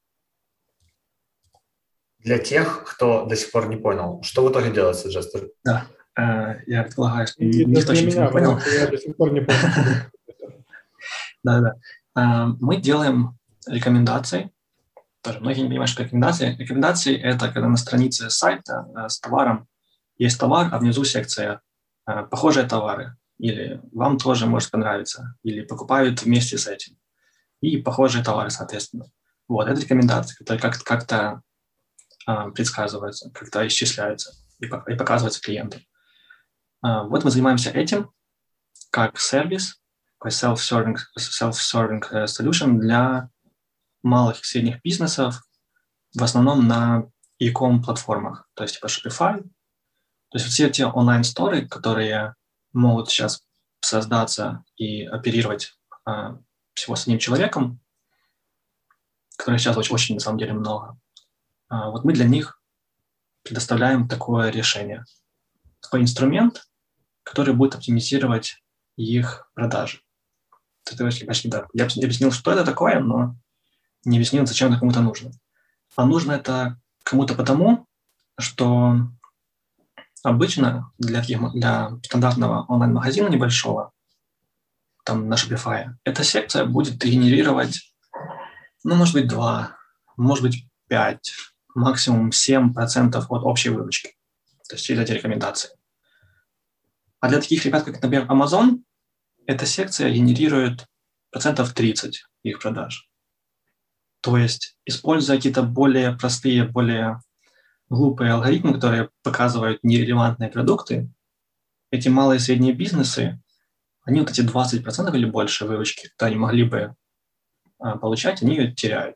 S2: Для тех, кто до сих пор не понял, что в итоге делается, Джестер?
S4: Да, я предполагаю, что никто еще ничего не понял.
S3: Я до сих пор не понял.
S4: Да. Мы делаем рекомендации. Тоже многие не понимают, что рекомендации. Рекомендации – это когда на странице сайта с товаром есть товар, а внизу секция «Похожие товары». Или «Вам тоже может понравиться». Или «Покупают вместе с этим». И похожие товары, соответственно. Вот, это рекомендации, которые как-то предсказываются, как-то исчисляются и показываются клиенту. Вот мы занимаемся этим как сервис, как self-serving solution для малых и средних бизнесов, в основном на e-com-платформах, то есть типа Shopify. То есть все те онлайн-сторы, которые могут сейчас создаться и оперировать всего с одним человеком, которых сейчас очень на самом деле много. Вот мы для них предоставляем такое решение. Такой инструмент, который будет оптимизировать их продажи. Это почти да. Я объяснил, что это такое, но не объяснил, зачем это кому-то нужно. А нужно это кому-то потому, что обычно для стандартного онлайн-магазина небольшого, там на Shopify, эта секция будет генерировать, может быть, 2, может быть, 5, максимум 7% от общей выручки. То есть через эти рекомендации. А для таких ребят, как, например, Amazon, эта секция генерирует 30% их продаж. То есть, используя какие-то более простые, более глупые алгоритмы, которые показывают нерелевантные продукты, эти малые и средние бизнесы, они вот эти 20% или больше выручки, которые они могли бы получать, они ее теряют.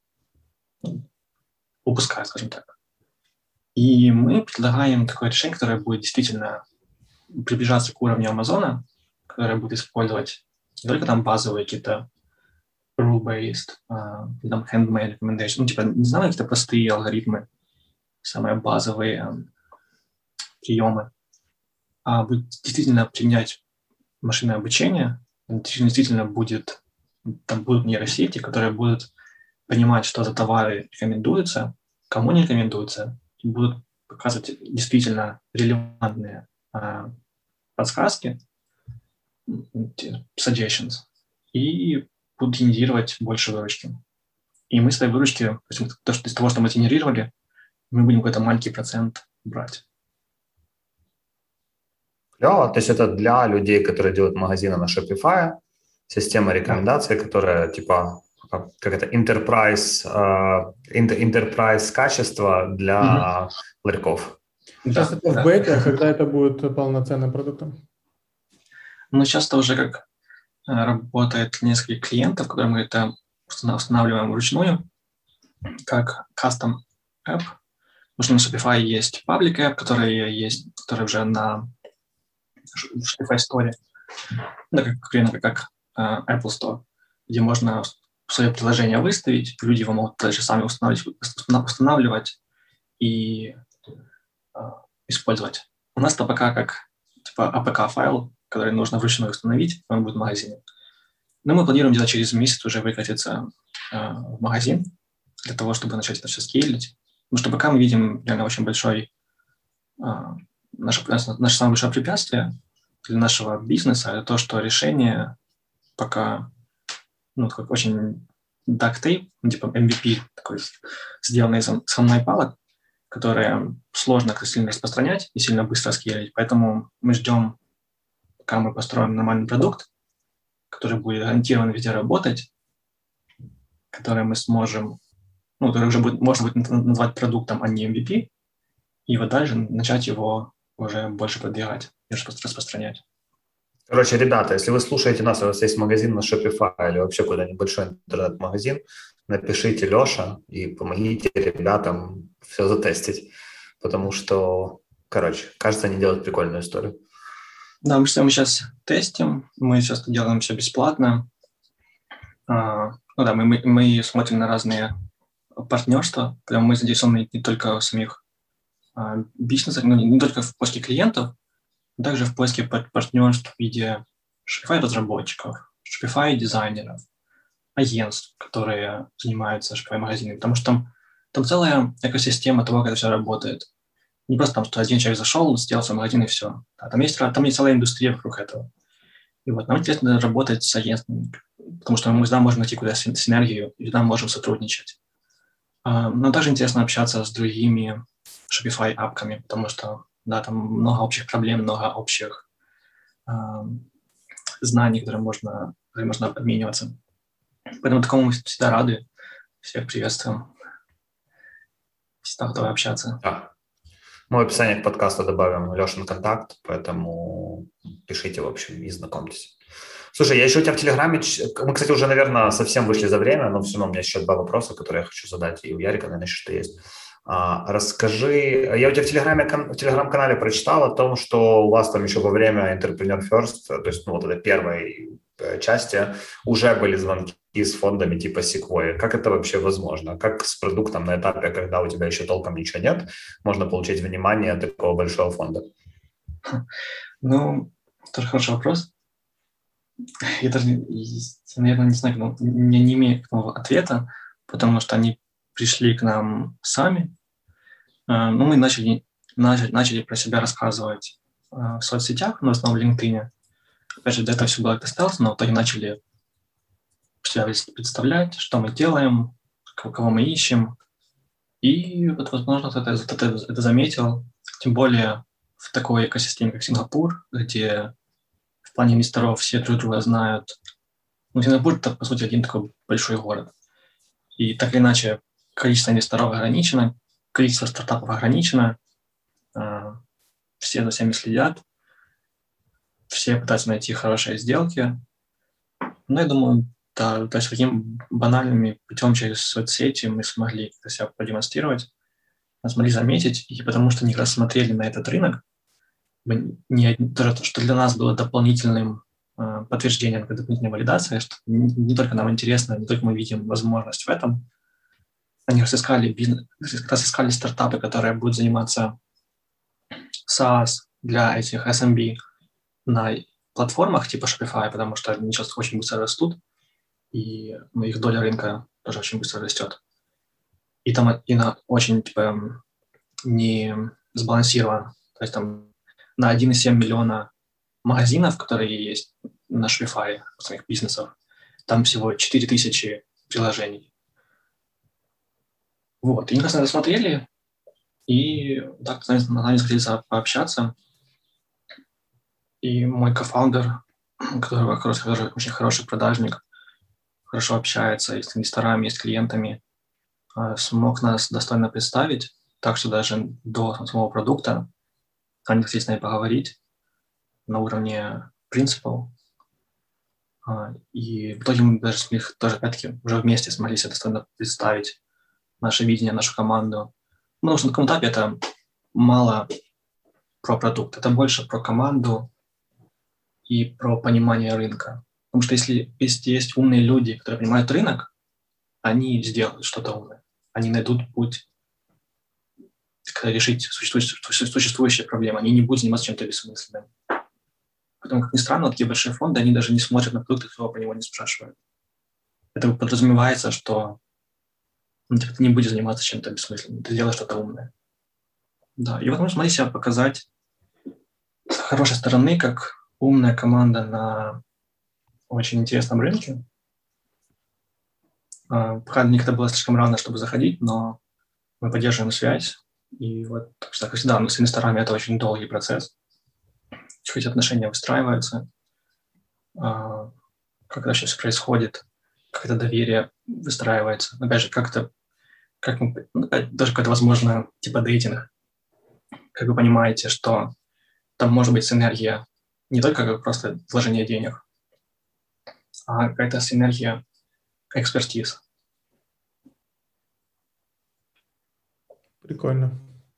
S4: Упускают, скажем так. И мы предлагаем такое решение, которое будет действительно приближаться к уровню Амазона, которое будет использовать не только там базовые какие-то rule-based, там handmade recommendation, не знаю, какие-то простые алгоритмы, самые базовые приемы, а будет действительно применять машинное обучение, действительно там будут нейросети, которые будут понимать, что за товары рекомендуются, кому не рекомендуются, и будут показывать действительно релевантные подсказки, suggestions, и будут генерировать больше выручки. И мы свои выручки, из того, что мы генерировали, мы будем какой-то маленький процент брать.
S2: Клево. То есть это для людей, которые делают магазины на Shopify, система рекомендаций, которая типа как это enterprise качество для ларьков.
S3: Сейчас это в бете, а когда это будет полноценным продуктом?
S4: Сейчас это уже как работает несколько клиентов, которые мы это устанавливаем вручную, как custom app. Потому что на Shopify есть public app, который уже на Shopify Store, как Apple Store, где можно свое приложение выставить, люди его могут дальше сами устанавливать и использовать. У нас это пока как APK-файл, который нужно вручную установить, он будет в магазине. Но мы планируем где-то через месяц уже выкатиться в магазин для того, чтобы начать это все скейлить. Потому что пока мы видим реально очень большой, наше самое большое препятствие для нашего бизнеса, это то, что решение пока такой очень duct tape, MVP, такой, сделанный из палок, которые сложно сильно распространять и сильно быстро скейлить. Поэтому мы ждем, пока мы построим нормальный продукт, который будет гарантированно везде работать, который мы сможем, который уже можно будет назвать продуктом, а не MVP, и вот дальше начать его уже больше продвигать и распространять.
S2: Короче, ребята, если вы слушаете нас, у вас есть магазин на Shopify или вообще куда-нибудь большой интернет-магазин, напишите Леша и помогите ребятам все затестить, потому что, кажется, они делают прикольную историю.
S4: Да, мы сейчас тестим, мы сейчас делаем все бесплатно. Мы смотрим на разные партнерства, прям мы заинтересованы не только в самих бизнесах, не только в поиске клиентов, но также в поиске партнерств в виде Shopify-разработчиков, Shopify-дизайнеров, агентств, которые занимаются Shopify-магазинами, потому что там целая экосистема того, как это все работает. Не просто что один человек зашел, сделал свой магазин и все. Там есть целая индустрия вокруг этого. И нам интересно работать с агентствами, потому что мы всегда можем найти куда синергию, и всегда можем сотрудничать. Но также интересно общаться с другими Shopify-апками, потому что там много общих проблем, много общих знаний, которые можно обмениваться. Поэтому такому мы всегда рады. Всех приветствуем. Всегда готовы общаться.
S2: Да. Мы в описании к подкасту добавим Лешин контакт, поэтому пишите, в общем, и знакомьтесь. Слушай, я еще у тебя в Телеграме... Мы, кстати, уже, наверное, совсем вышли за время, но все равно у меня еще 2 вопроса, которые я хочу задать, и у Ярика, наверное, еще что есть. Расскажи, я у тебя в Телеграм-канале прочитал о том, что у вас там еще во время Entrepreneur First, то есть этой первой части, уже были звонки с фондами типа Sequoia. Как это вообще возможно? Как с продуктом на этапе, когда у тебя еще толком ничего нет, можно получить внимание такого большого фонда?
S4: Ну, тоже хороший вопрос. Я даже, наверное, не знаю, не имею к этому ответа, потому что они пришли к нам сами. Ну, мы начали про себя рассказывать в соцсетях, но в основном в LinkedIn. Опять же, до этого все было как-то стелс, но в итоге начали себя представлять, что мы делаем, кого мы ищем. И вот, возможно, кто-то это заметил, тем более в такой экосистеме, как Сингапур, где в плане инвесторов все друг друга знают. Ну, Сингапур – это, по сути, один такой большой город. И так или иначе, количество инвесторов ограничено, количество стартапов ограничено, все за всеми следят, все пытаются найти хорошие сделки. Но я думаю, да, то есть таким банальными путем через соцсети мы смогли себя продемонстрировать, смогли заметить, и потому что они рассмотрели на этот рынок, что для нас было дополнительным подтверждением, дополнительной валидацией, что не только нам интересно, не только мы видим возможность в этом. Они разыскали стартапы, которые будут заниматься SaaS для этих SMB на платформах типа Shopify, потому что они сейчас очень быстро растут, и их доля рынка тоже очень быстро растет. И там очень не сбалансировано. То есть там на 1,7 миллиона магазинов, которые есть на Shopify, своих бизнесов, там всего 4000 приложений. Вот. И они нас рассмотрели, и так с нами захотели пообщаться. И мой кофаундер, который очень хороший продажник, хорошо общается и с инвесторами, и с клиентами, смог нас достойно представить, так что даже до самого продукта они хотели с нами поговорить на уровне принципов. И в итоге мы даже с них тоже, опять-таки, уже вместе смогли себе достойно представить наше видение, нашу команду. Потому что на каком этапе это мало про продукт, это больше про команду и про понимание рынка. Потому что если есть умные люди, которые понимают рынок, они сделают что-то умное. Они найдут путь решить существующие проблемы. Они не будут заниматься чем-то бессмысленным. Поэтому, как ни странно, такие большие фонды, они даже не смотрят на продукт, кто про него не спрашивает. Это подразумевается, что ты не будешь заниматься чем-то бессмысленным, ты делаешь что-то умное. Да, и вот мы смогли себя показать с хорошей стороны, как умная команда на очень интересном рынке. Пока мне это было слишком рано, чтобы заходить, но мы поддерживаем связь. И вот, как всегда, с инвесторами это очень долгий процесс. Хоть отношения выстраиваются, как это все происходит, как это доверие выстраивается. Опять же, даже какая-то, возможно, типа дейтинг. Как вы понимаете, что там может быть синергия не только как просто вложение денег, а какая-то синергия экспертиз.
S3: Прикольно.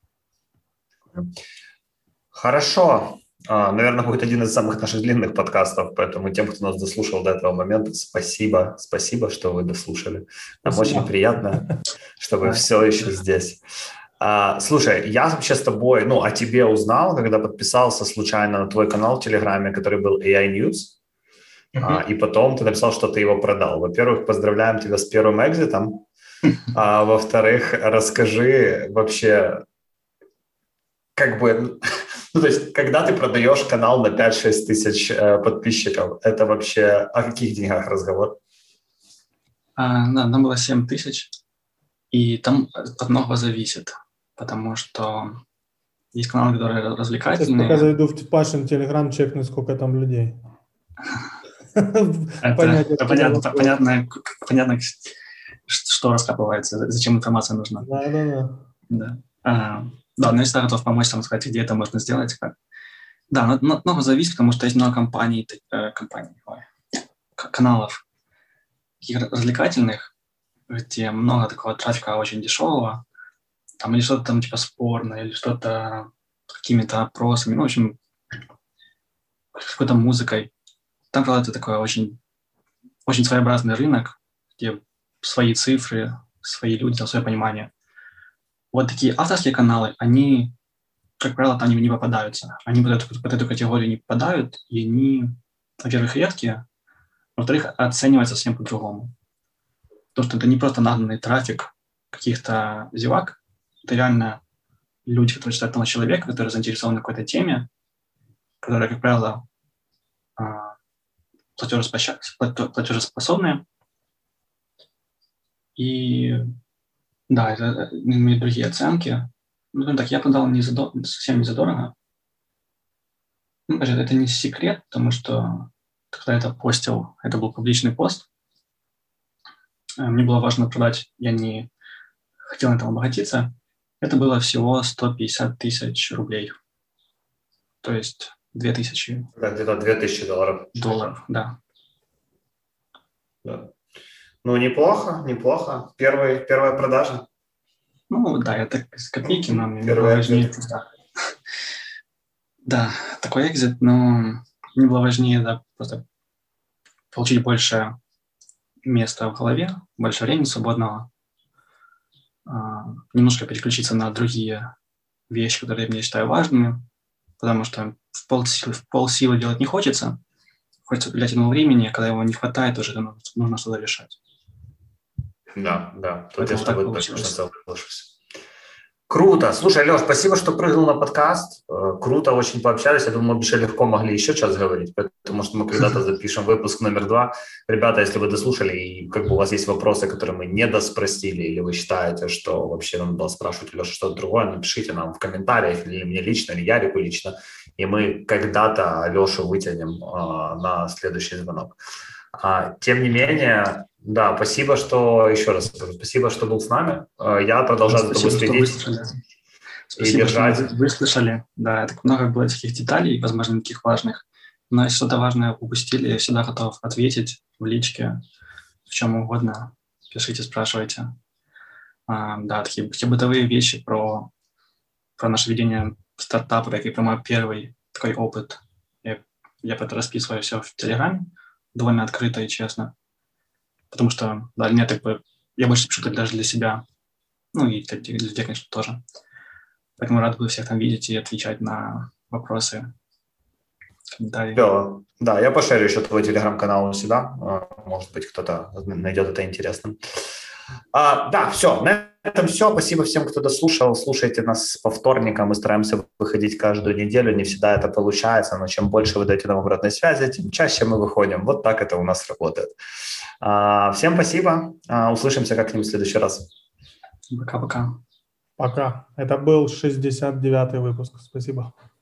S2: Хорошо. Наверное, будет один из самых наших длинных подкастов, поэтому тем, кто нас дослушал до этого момента, спасибо. Спасибо, что вы дослушали. Нам
S3: Спасибо.
S2: очень приятно, что вы все еще здесь. Слушай, я вообще с тобой, о тебе узнал, когда подписался случайно на твой канал в Телеграме, который был AI News, и потом ты написал, что ты его продал. Во-первых, поздравляем тебя с первым экзитом, а во-вторых, расскажи вообще, то есть, когда ты продаешь канал на 5-6 тысяч подписчиков, это вообще о каких деньгах разговор?
S4: Да, там было 7 тысяч, и там от многого зависит, потому что есть каналы, которые развлекательные.
S3: Сейчас пока зайду в Пашин Телеграм, чекну, сколько там людей.
S4: Понятно, что раскапывается, зачем информация нужна.
S3: Да.
S4: Да, но я всегда готов помочь, сказать, где это можно сделать. Да, много зависит, потому что есть много каналов таких развлекательных, где много такого трафика очень дешевого, там или что-то там типа спорное, или что-то какими-то опросами, в общем, какой-то музыкой. Там, правда, это такой очень, очень своеобразный рынок, где свои цифры, свои люди, свое понимание. Вот такие авторские каналы, они как правило, там не попадаются. Они под эту категорию не попадают, и они, во-первых, редкие, во-вторых, оцениваются совсем по-другому. Потому что это не просто нагнанный трафик каких-то зевак, это реально люди, которые читают одного человека, которые заинтересованы в какой-то теме, которые, как правило, платежеспособные. И да, это имеют другие оценки. Ну, так, я продал совсем не задорого. Ну, это не секрет, потому что когда я это постил, это был публичный пост. Мне было важно продать, я не хотел на этом обогатиться. Это было всего 150 тысяч рублей. То есть 2000.
S2: Да, где-то $2000.
S4: Долларов, да.
S2: Да. Ну, неплохо. Первая продажа.
S4: Ну, да, это с копейки, но мне было
S2: Первая
S4: важнее. Да, такой экзит, но мне было важнее, да, просто получить больше места в голове, больше времени свободного, немножко переключиться на другие вещи, которые я считаю важными, потому что в полсилы делать не хочется. Хочется уделять ему времени, а когда его не хватает, уже нужно что-то решать.
S2: Да. Тут я
S4: Поэтому
S2: с
S4: так
S2: тобой
S4: получилось.
S2: точно соглашусь. Круто. Слушай, Леш, спасибо, что прыгнул на подкаст. Круто, очень пообщались. Я думаю, мы бы легко могли еще час говорить, потому что мы когда-то запишем выпуск номер 2. Ребята, если вы дослушали и как бы у вас есть вопросы, которые мы не доспросили, или вы считаете, что вообще нам надо спрашивать у Леши что-то другое, напишите нам в комментариях, или мне лично, или Ярику лично, и мы когда-то Лешу вытянем на следующий звонок. Тем не менее, да, спасибо, что был с нами. Я продолжаю за тобой следить.
S4: Спасибо, что выслушали. Да, так много было таких деталей, возможно, таких важных. Но если что-то важное упустили, я всегда готов ответить в личке, в чем угодно. Пишите, спрашивайте. Да, такие бытовые вещи про наше ведение стартапа, как и про мой первый такой опыт. Я про это расписываю все в Телеграме, довольно открыто и честно. Потому что, да, я больше пишу даже для себя, ну и для людей, конечно, тоже. Поэтому рад буду всех там видеть и отвечать на вопросы, комментарии.
S2: Да, я пошерю еще твой телеграм-канал у себя. Может быть, кто-то найдет это интересным. Да, все, на этом все. Спасибо всем, кто дослушал. Слушайте нас по вторникам. Мы стараемся выходить каждую неделю. Не всегда это получается, но чем больше вы даете нам обратной связи, тем чаще мы выходим. Вот так это у нас работает. Всем спасибо. Услышимся как-нибудь в следующий раз.
S4: Пока-пока.
S3: Пока. Это был 69-й выпуск. Спасибо.